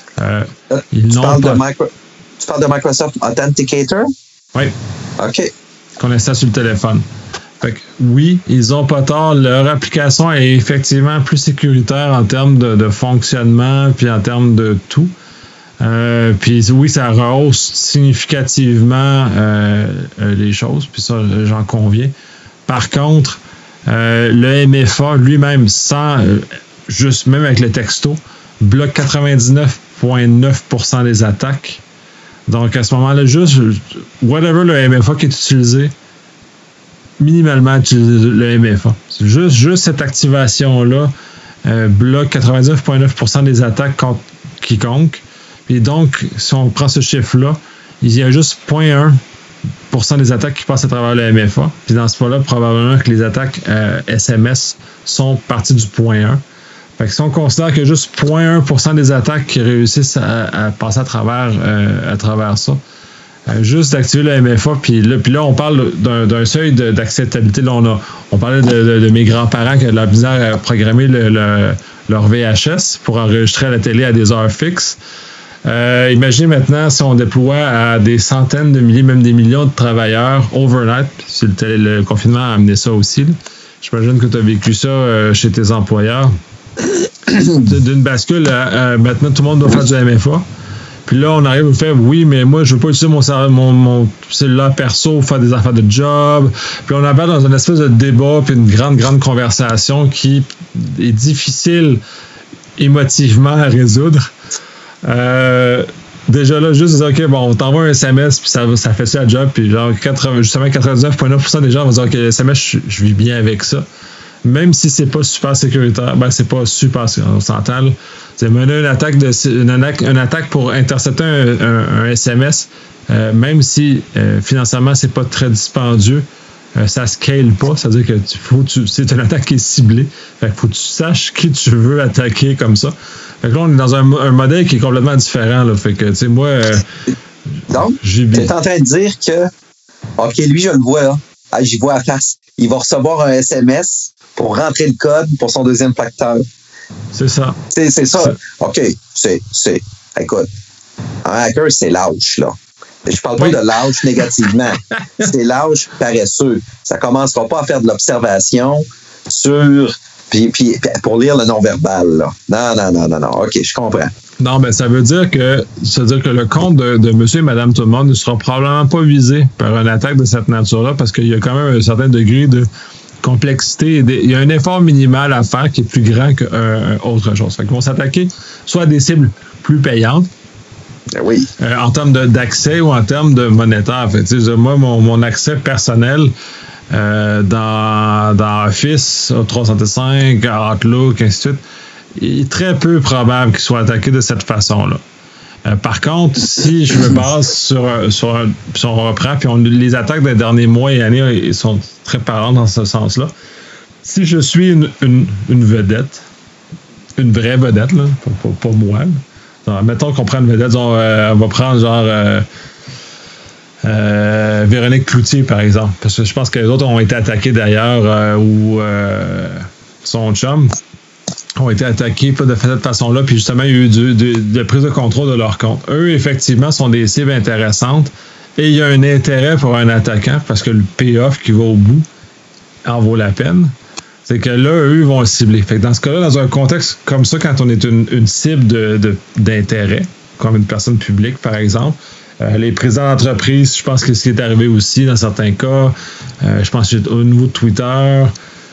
Tu parles de Microsoft Authenticator? Oui. OK. Qu'on installe sur le téléphone. Fait que oui, ils ont pas tort. Leur application est effectivement plus sécuritaire en termes de fonctionnement, puis en termes de tout. Puis oui, ça rehausse significativement les choses, puis ça, j'en conviens. Par contre, le MFA lui-même, juste même avec le texto, bloque 99,9% des attaques. Donc à ce moment-là, juste whatever le MFA qui est utilisé, minimalement utiliser le MFA. C'est juste cette activation-là bloque 99,9% des attaques contre quiconque. Et donc, si on prend ce chiffre-là, il y a juste 0,1% des attaques qui passent à travers le MFA. Puis dans ce cas-là, probablement que les attaques SMS sont parties du 0,1. Fait que si on considère qu'il y a juste 0,1% des attaques qui réussissent à passer à travers ça, juste d'activer le MFA, puis là on parle d'un seuil d'acceptabilité. Là, on parlait de mes grands-parents qui avaient de la misère à programmer leur VHS pour enregistrer à la télé à des heures fixes. Imaginez maintenant si on déploie à des centaines de milliers, même des millions de travailleurs overnight, si le confinement a amené ça aussi. Là. J'imagine que tu as vécu ça chez tes employeurs. D'une bascule à maintenant tout le monde doit faire du MFA. Puis là, on arrive au fait, oui, mais moi, je veux pas utiliser mon cellulaire perso pour faire des affaires de job. Puis on embarque dans une espèce de débat puis une grande conversation qui est difficile émotivement à résoudre. Déjà là, juste dire, OK, bon, on t'envoie un SMS, puis ça fait ça la job, puis genre, justement, 99,9% des gens vont dire, OK, le SMS, je vis bien avec ça. Même si c'est pas super sécuritaire, c'est pas super, on s'entend, là. C'est mener une attaque pour intercepter un SMS, même si financièrement c'est pas très dispendieux, ça scale pas, c'est-à-dire que c'est une attaque qui est ciblée. Fait que faut que tu saches qui tu veux attaquer comme ça. Fait que là, on est dans un modèle qui est complètement différent, là. Fait que, tu sais, moi, donc, tu es en train de dire que, OK, lui, je le vois, là. J'y vois à face. Il va recevoir un SMS pour rentrer le code pour son deuxième facteur. C'est ça. C'est ça. OK. Écoute, un hacker, c'est lâche, là. Je parle pas de lâche négativement. C'est lâche paresseux. Ça commencera pas à faire de l'observation sur... Puis pour lire le non-verbal, là. Non. OK, je comprends. Non, ben ça veut dire que le compte de monsieur et madame tout le monde ne sera probablement pas visé par une attaque de cette nature-là parce qu'il y a quand même un certain degré de complexité. Il y a un effort minimal à faire qui est plus grand qu'autre chose. Fait qu'ils vont s'attaquer soit à des cibles plus payantes, oui. En termes d'accès ou en termes de monétaire. Fait, moi, mon accès personnel dans Office, 365, Outlook, ainsi de suite, il est très peu probable qu'il soit attaqué de cette façon-là. Par contre, si je me base si on reprend, puis les attaques des derniers mois et années sont très parlantes dans ce sens-là. Si je suis une vedette, une vraie vedette, là, pas moi. Genre, mettons qu'on prend une vedette, on va prendre genre Véronique Cloutier, par exemple. Parce que je pense que les autres ont été attaqués d'ailleurs, ou son chum ont été attaqués de cette façon-là, puis justement, il y a eu de prise de contrôle de leur compte. Eux, effectivement, sont des cibles intéressantes, et il y a un intérêt pour un attaquant, parce que le payoff qui va au bout en vaut la peine. C'est que là, eux, vont le cibler. Fait que dans ce cas-là, dans un contexte comme ça, quand on est une cible d'intérêt, comme une personne publique, par exemple, les présidents d'entreprise, je pense que ce qui est arrivé aussi dans certains cas, je pense au niveau de Twitter,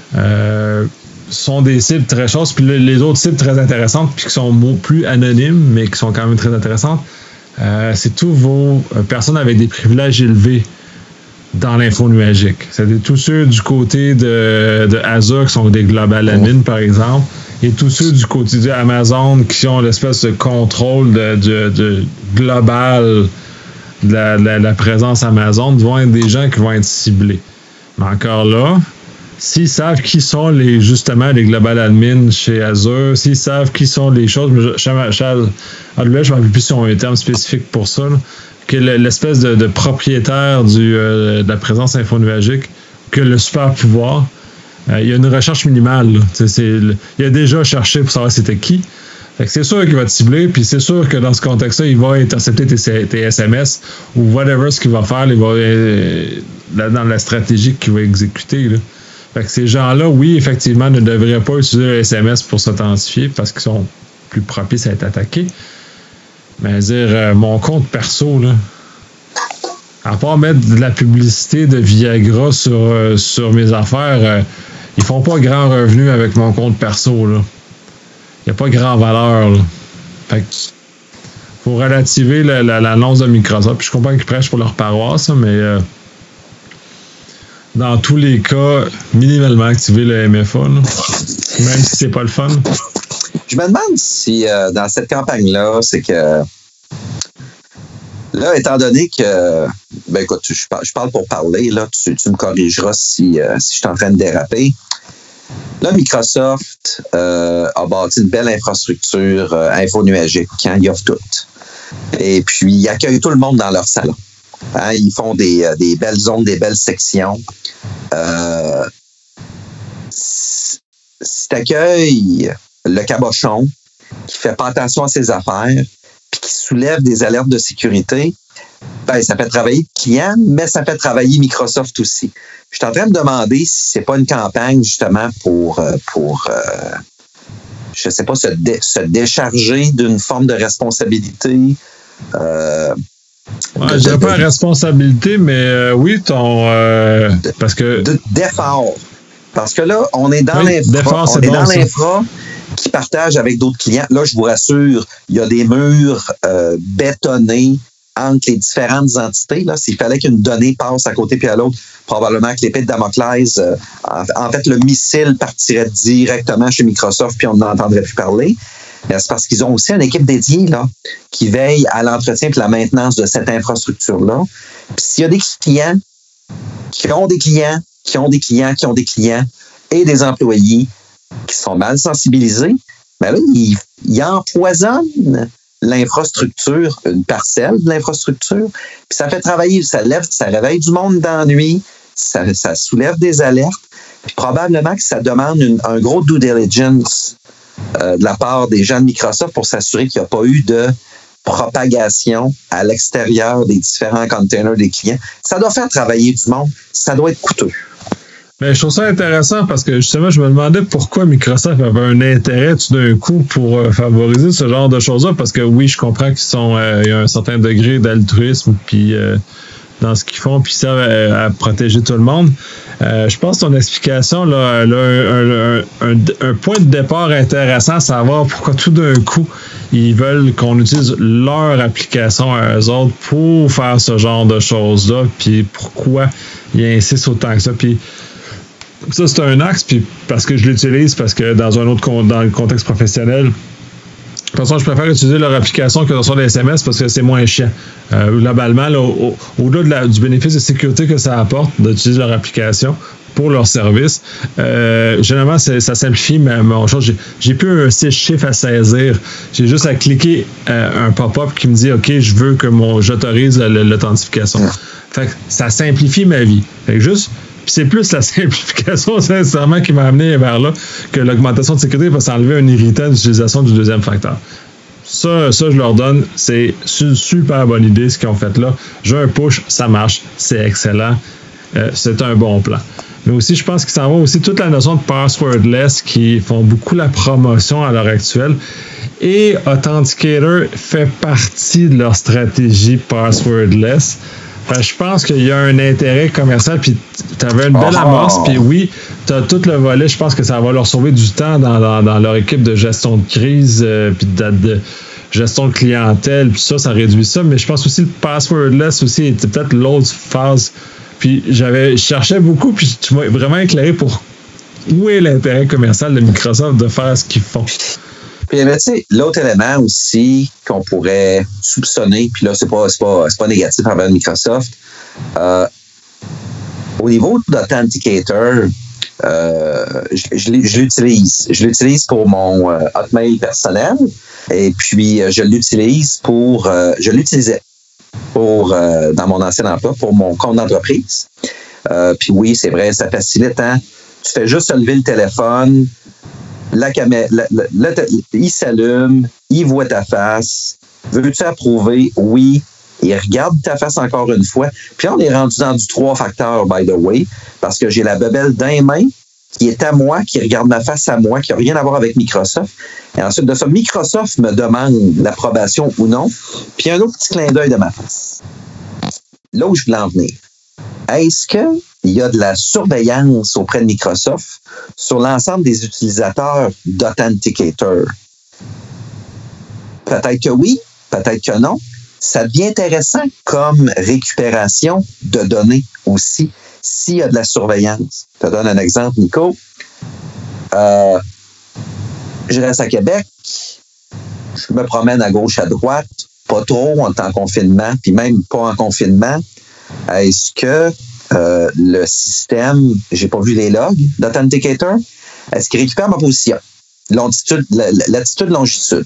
sont des cibles très chaudes, puis les autres cibles très intéressantes, puis qui sont plus anonymes, mais qui sont quand même très intéressantes, c'est tous vos personnes avec des privilèges élevés dans l'info nuagique. C'est tous ceux du côté de Azure qui sont des global admin, par exemple, et tous ceux du côté de Amazon qui ont l'espèce de contrôle de global de la présence Amazon vont être des gens qui vont être ciblés. Mais encore là, s'ils savent qui sont justement les global admin chez Azure, s'ils savent qui sont les choses, je ne me rappelle plus si on a un terme spécifique pour ça, là, que l'espèce de propriétaire de la présence infonuagique, que le super pouvoir, il y a une recherche minimale. Il a déjà cherché pour savoir c'était qui. Fait que c'est sûr qu'il va te cibler, puis c'est sûr que dans ce contexte-là, il va intercepter tes SMS ou whatever ce qu'il va faire, dans la stratégie qu'il va exécuter. Là. Fait que ces gens-là, oui, effectivement, ne devraient pas utiliser le SMS pour s'authentifier parce qu'ils sont plus propices à être attaqués. Mais dire, mon compte perso, là, à part mettre de la publicité de Viagra sur mes affaires, ils font pas grand revenu avec mon compte perso, là. Il n'y a pas grand valeur, là. Fait que faut relativer l'annonce de Microsoft. Puis je comprends qu'ils prêchent pour leur paroisse, mais dans tous les cas, minimalement activer le MFA, là, même si c'est pas le fun. Je me demande si dans cette campagne-là, c'est que là, étant donné que ben écoute, je parle pour parler, là, tu me corrigeras si je suis en train de déraper. Là, Microsoft a bâti une belle infrastructure infonuagique, hein, il offre tout. Et puis, ils accueillent tout le monde dans leur salon. Hein, ils font des belles zones, des belles sections. Si tu accueilles le cabochon qui fait pas attention à ses affaires puis qui soulève des alertes de sécurité, ben, ça fait travailler le client, mais ça fait travailler Microsoft aussi. Je suis en train de me demander si c'est pas une campagne justement pour je sais pas, se décharger d'une forme de responsabilité. Je dirais pas responsabilité, mais oui, parce que d'effort. Parce que là, on est dans l'infra. On est dans l'infra qui partage avec d'autres clients. Là, je vous rassure, il y a des murs bétonnés entre les différentes entités. Là, s'il fallait qu'une donnée passe à côté puis à l'autre, probablement que l'épée de Damoclès, en fait, le missile partirait directement chez Microsoft puis on n'entendrait plus parler. Mais c'est parce qu'ils ont aussi une équipe dédiée là, qui veille à l'entretien et la maintenance de cette infrastructure-là. Puis s'il y a des clients qui ont des clients, qui ont des clients, qui ont des clients et des employés qui sont mal sensibilisés, ben là, ils empoisonnent l'infrastructure, une parcelle de l'infrastructure, puis ça fait travailler, ça réveille du monde dans la nuit, ça soulève des alertes, puis probablement que ça demande un gros due diligence de la part des gens de Microsoft pour s'assurer qu'il n'y a pas eu de propagation à l'extérieur des différents containers des clients. Ça doit faire travailler du monde, ça doit être coûteux. Mais je trouve ça intéressant parce que justement, je me demandais pourquoi Microsoft avait un intérêt tout d'un coup pour favoriser ce genre de choses-là. Parce que oui, je comprends qu'il y a un certain degré d'altruisme puis dans ce qu'ils font, puis ça à protéger tout le monde. Je pense que ton explication là, un point de départ intéressant à savoir pourquoi tout d'un coup ils veulent qu'on utilise leur application à eux autres pour faire ce genre de choses-là, puis pourquoi ils insistent autant que ça. Puis ça, c'est un axe, puis parce que je l'utilise, parce que dans le contexte professionnel, toute façon, je préfère utiliser leur application que de recevoir des SMS parce que c'est moins chiant. Globalement, là, au-delà du bénéfice de sécurité que ça apporte d'utiliser leur application pour leur service, généralement, ça simplifie mon chose. J'ai plus un 6 chiffres à saisir. J'ai juste à cliquer un pop-up qui me dit « OK, je veux que j'autorise l'authentification. » Fait que ça simplifie ma vie. Fait que juste... Puis c'est plus la simplification, sincèrement, qui m'a amené vers là que l'augmentation de sécurité va s'enlever un irritant d'utilisation du deuxième facteur. Ça, je leur donne. C'est une super bonne idée, ce qu'ils ont fait là. J'ai un push, ça marche, c'est excellent. C'est un bon plan. Mais aussi, je pense qu'ils s'en vont aussi toute la notion de passwordless qui font beaucoup la promotion à l'heure actuelle. Et Authenticator fait partie de leur stratégie passwordless. Je pense qu'il y a un intérêt commercial, puis tu avais une belle amorce, puis oui, tu as tout le volet, je pense que ça va leur sauver du temps dans leur équipe de gestion de crise, puis de gestion de clientèle, puis ça réduit ça, mais je pense aussi le passwordless aussi était peut-être l'autre phase. Puis je cherchais beaucoup, puis tu m'as vraiment éclairé pour où est l'intérêt commercial de Microsoft de faire ce qu'ils font. Puis, tu sais, l'autre élément aussi qu'on pourrait soupçonner, puis là, c'est pas négatif envers Microsoft. Au niveau d'Authenticator, je l'utilise. Je l'utilise pour mon Hotmail personnel, et puis je l'utilisais dans mon ancien emploi pour mon compte d'entreprise. Puis oui, c'est vrai, ça facilite. Hein? Tu fais juste lever le téléphone. La caméra, il s'allume, il voit ta face. Veux-tu approuver? Oui. Il regarde ta face encore une fois. Puis on est rendu dans du 3 facteurs, by the way, parce que j'ai la bebelle d'un main qui est à moi, qui regarde ma face à moi, qui n'a rien à voir avec Microsoft. Et ensuite de ça, Microsoft me demande l'approbation ou non. Puis un autre petit clin d'œil de ma face. Là où je voulais en venir. Est-ce qu'il y a de la surveillance auprès de Microsoft sur l'ensemble des utilisateurs d'Authenticator? Peut-être que oui, peut-être que non. Ça devient intéressant comme récupération de données aussi, s'il y a de la surveillance. Je te donne un exemple, Nico. Je reste à Québec. Je me promène à gauche, à droite. Pas trop, on est en confinement, puis même pas en confinement. Est-ce que le système, j'ai pas vu les logs d'Authenticator, est-ce qu'il récupère ma position? Latitude, longitude.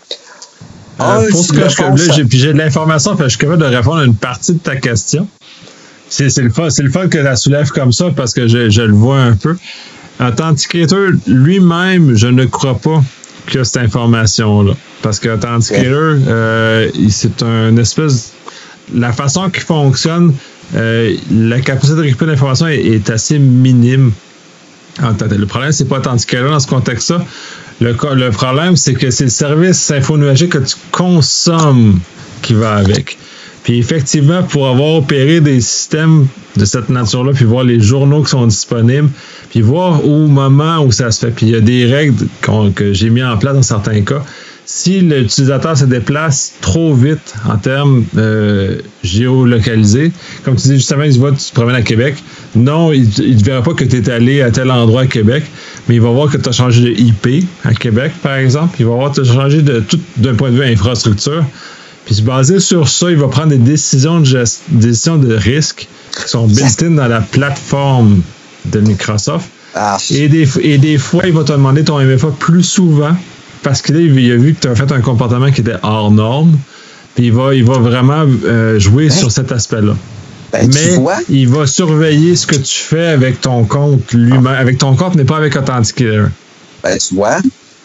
Pour ce que j'ai de l'information, je suis capable de répondre à une partie de ta question. C'est le fun que la soulève comme ça parce que je le vois un peu. Authenticator lui-même, je ne crois pas que cette information-là. Parce que Authenticator, c'est une espèce... La façon qu'il fonctionne, la capacité de récupérer l'information est assez minime. Le problème, c'est pas Authenticator dans ce contexte-là. Le problème, c'est que c'est le service infonuagique que tu consommes qui va avec. Puis effectivement, pour avoir opéré des systèmes de cette nature-là, puis voir les journaux qui sont disponibles, puis voir au moment où ça se fait. Puis il y a des règles que j'ai mis en place dans certains cas. Si l'utilisateur se déplace trop vite en termes géolocalisés, comme tu dis justement, tu te promènes à Québec, non, il ne verra pas que tu es allé à tel endroit à Québec, mais il va voir que tu as changé de IP à Québec, par exemple. Il va voir que tu as changé d'un point de vue infrastructure. Puis basé sur ça, il va prendre des décisions de risque qui sont built-in dans la plateforme de Microsoft. Et des fois, il va te demander ton MFA plus souvent parce qu'il a vu que tu as fait un comportement qui était hors norme. Puis il va vraiment jouer sur cet aspect-là. Mais il va surveiller ce que tu fais avec ton compte lui-même. Avec ton compte, mais pas avec Authenticator. Tu vois,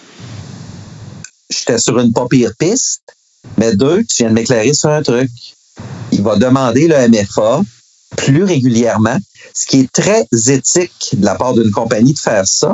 j'étais sur une pas pire piste, mais tu viens de m'éclairer sur un truc. Il va demander le MFA plus régulièrement, ce qui est très éthique de la part d'une compagnie de faire ça,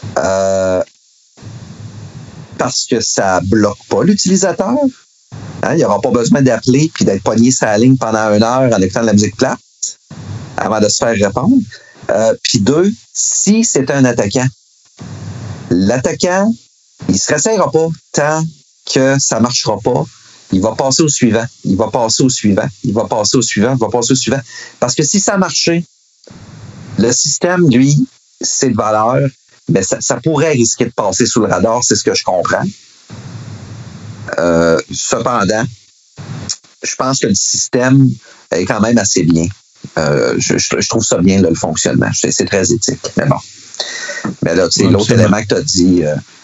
parce que ça bloque pas l'utilisateur. Hein, il n'y aura pas besoin d'appeler puis d'être pogné sur la ligne pendant 1 heure en écoutant de la musique plate avant de se faire répondre. Puis 2, si c'est un attaquant, l'attaquant, il ne se ressaiera pas tant que ça ne marchera pas. Il va passer au suivant. Il va passer au suivant. Il va passer au suivant. Il va passer au suivant. Parce que si ça marchait, le système, lui, c'est de valeur, mais ça pourrait risquer de passer sous le radar, c'est ce que je comprends. Cependant, je pense que le système est quand même assez bien. Je trouve ça bien, là, le fonctionnement. C'est très éthique, mais bon. Mais là, tu sais, l'autre élément que tu as dit,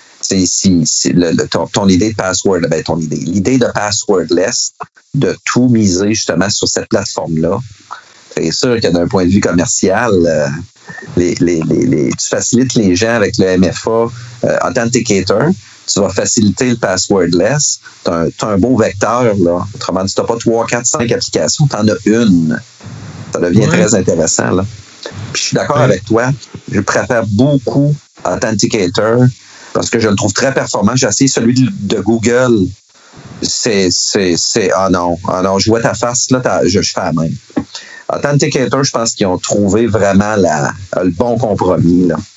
ton idée de password, l'idée de passwordless, de tout miser justement sur cette plateforme-là, c'est sûr que d'un point de vue commercial, tu facilites les gens avec le MFA Authenticator, tu vas faciliter le passwordless, tu as un beau vecteur, là. Autrement dit, tu n'as pas 3, 4, 5 applications, tu en as une. Ça devient très intéressant, là. Puis je suis d'accord avec toi, je préfère beaucoup Authenticator parce que je le trouve très performant. J'ai essayé celui de Google. Non, je vois ta face, là, je fais la même. Authenticator, je pense qu'ils ont trouvé vraiment le bon compromis, là.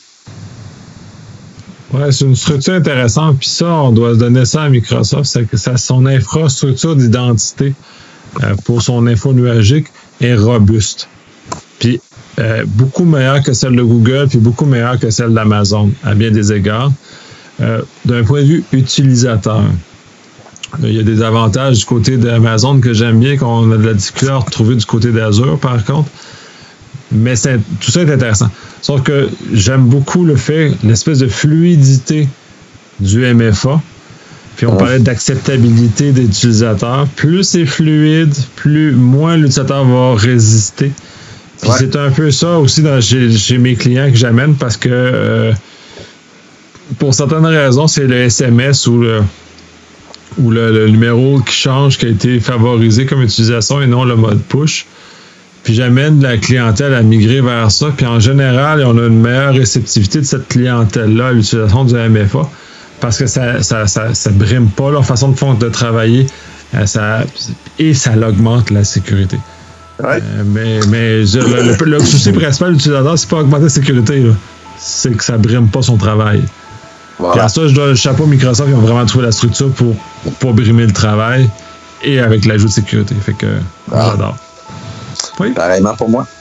Ouais, c'est une structure intéressante. Puis ça, on doit donner ça à Microsoft, c'est que son infrastructure d'identité pour son info nuagique est robuste. Puis beaucoup meilleure que celle de Google, puis beaucoup meilleure que celle d'Amazon, à bien des égards. D'un point de vue utilisateur, il y a des avantages du côté d'Amazon que j'aime bien, qu'on a de la difficulté à retrouver du côté d'Azure, par contre. Mais tout ça est intéressant. Sauf que j'aime beaucoup l'espèce de fluidité du MFA. Puis on parlait d'acceptabilité des utilisateurs. Plus c'est fluide, moins l'utilisateur va résister. Puis c'est un peu ça aussi chez mes clients que j'amène parce que pour certaines raisons, c'est le SMS ou le numéro qui change qui a été favorisé comme utilisation et non le mode push. Puis j'amène la clientèle à migrer vers ça. Puis en général, on a une meilleure réceptivité de cette clientèle-là à l'utilisation du MFA parce que ça brime pas leur façon de travailler ça l'augmente la sécurité. Ouais. Mais le souci principal de l'utilisateur, c'est pas augmenter la sécurité, là. C'est que ça brime pas son travail. Voilà. Puis à ça, je dois le chapeau Microsoft, ils ont vraiment trouvé la structure pour pas brimer le travail et avec l'ajout de sécurité. Fait que j'adore. Oui. Pareillement pour moi.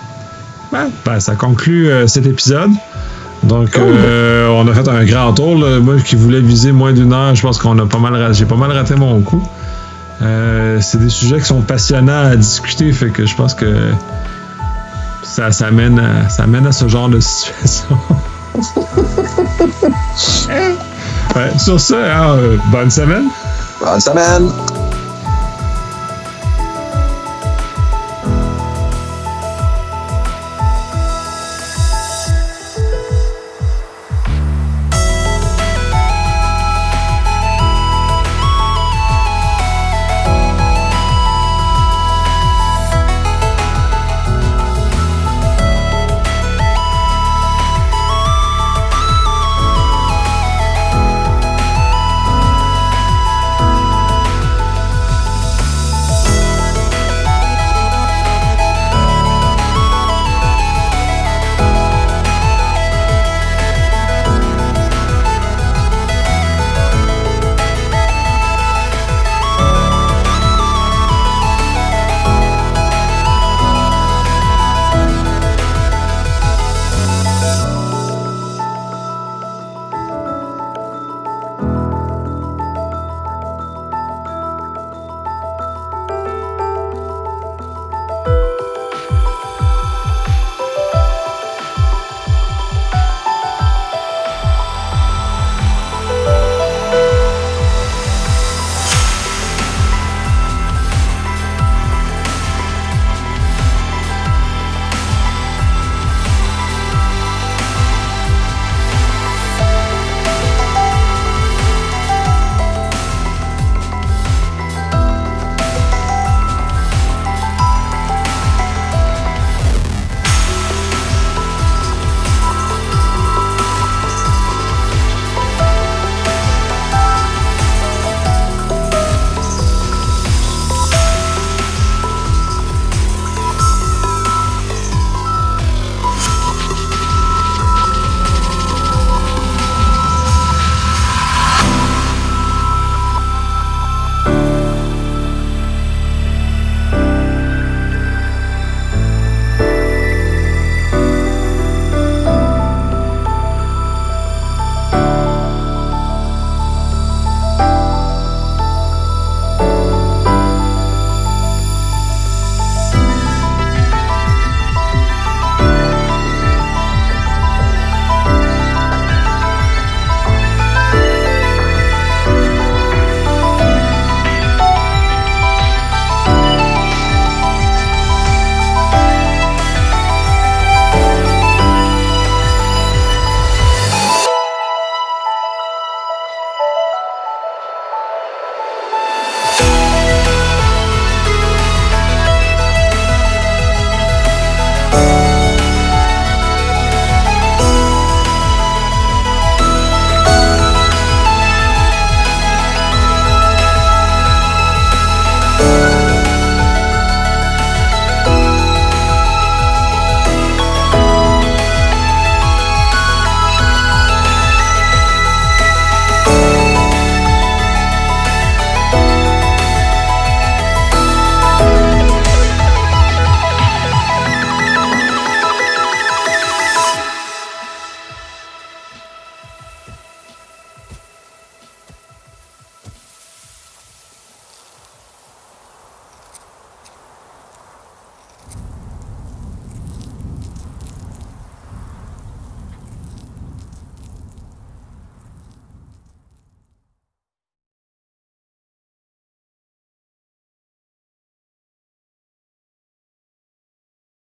Ça conclut cet épisode. Donc, on a fait un grand tour. Là. Moi qui voulais viser moins d'1 heure, je pense qu'on a j'ai pas mal raté mon coup. C'est des sujets qui sont passionnants à discuter, fait que je pense que ça mène à ce genre de situation. Sur ça, bonne semaine. Bonne semaine.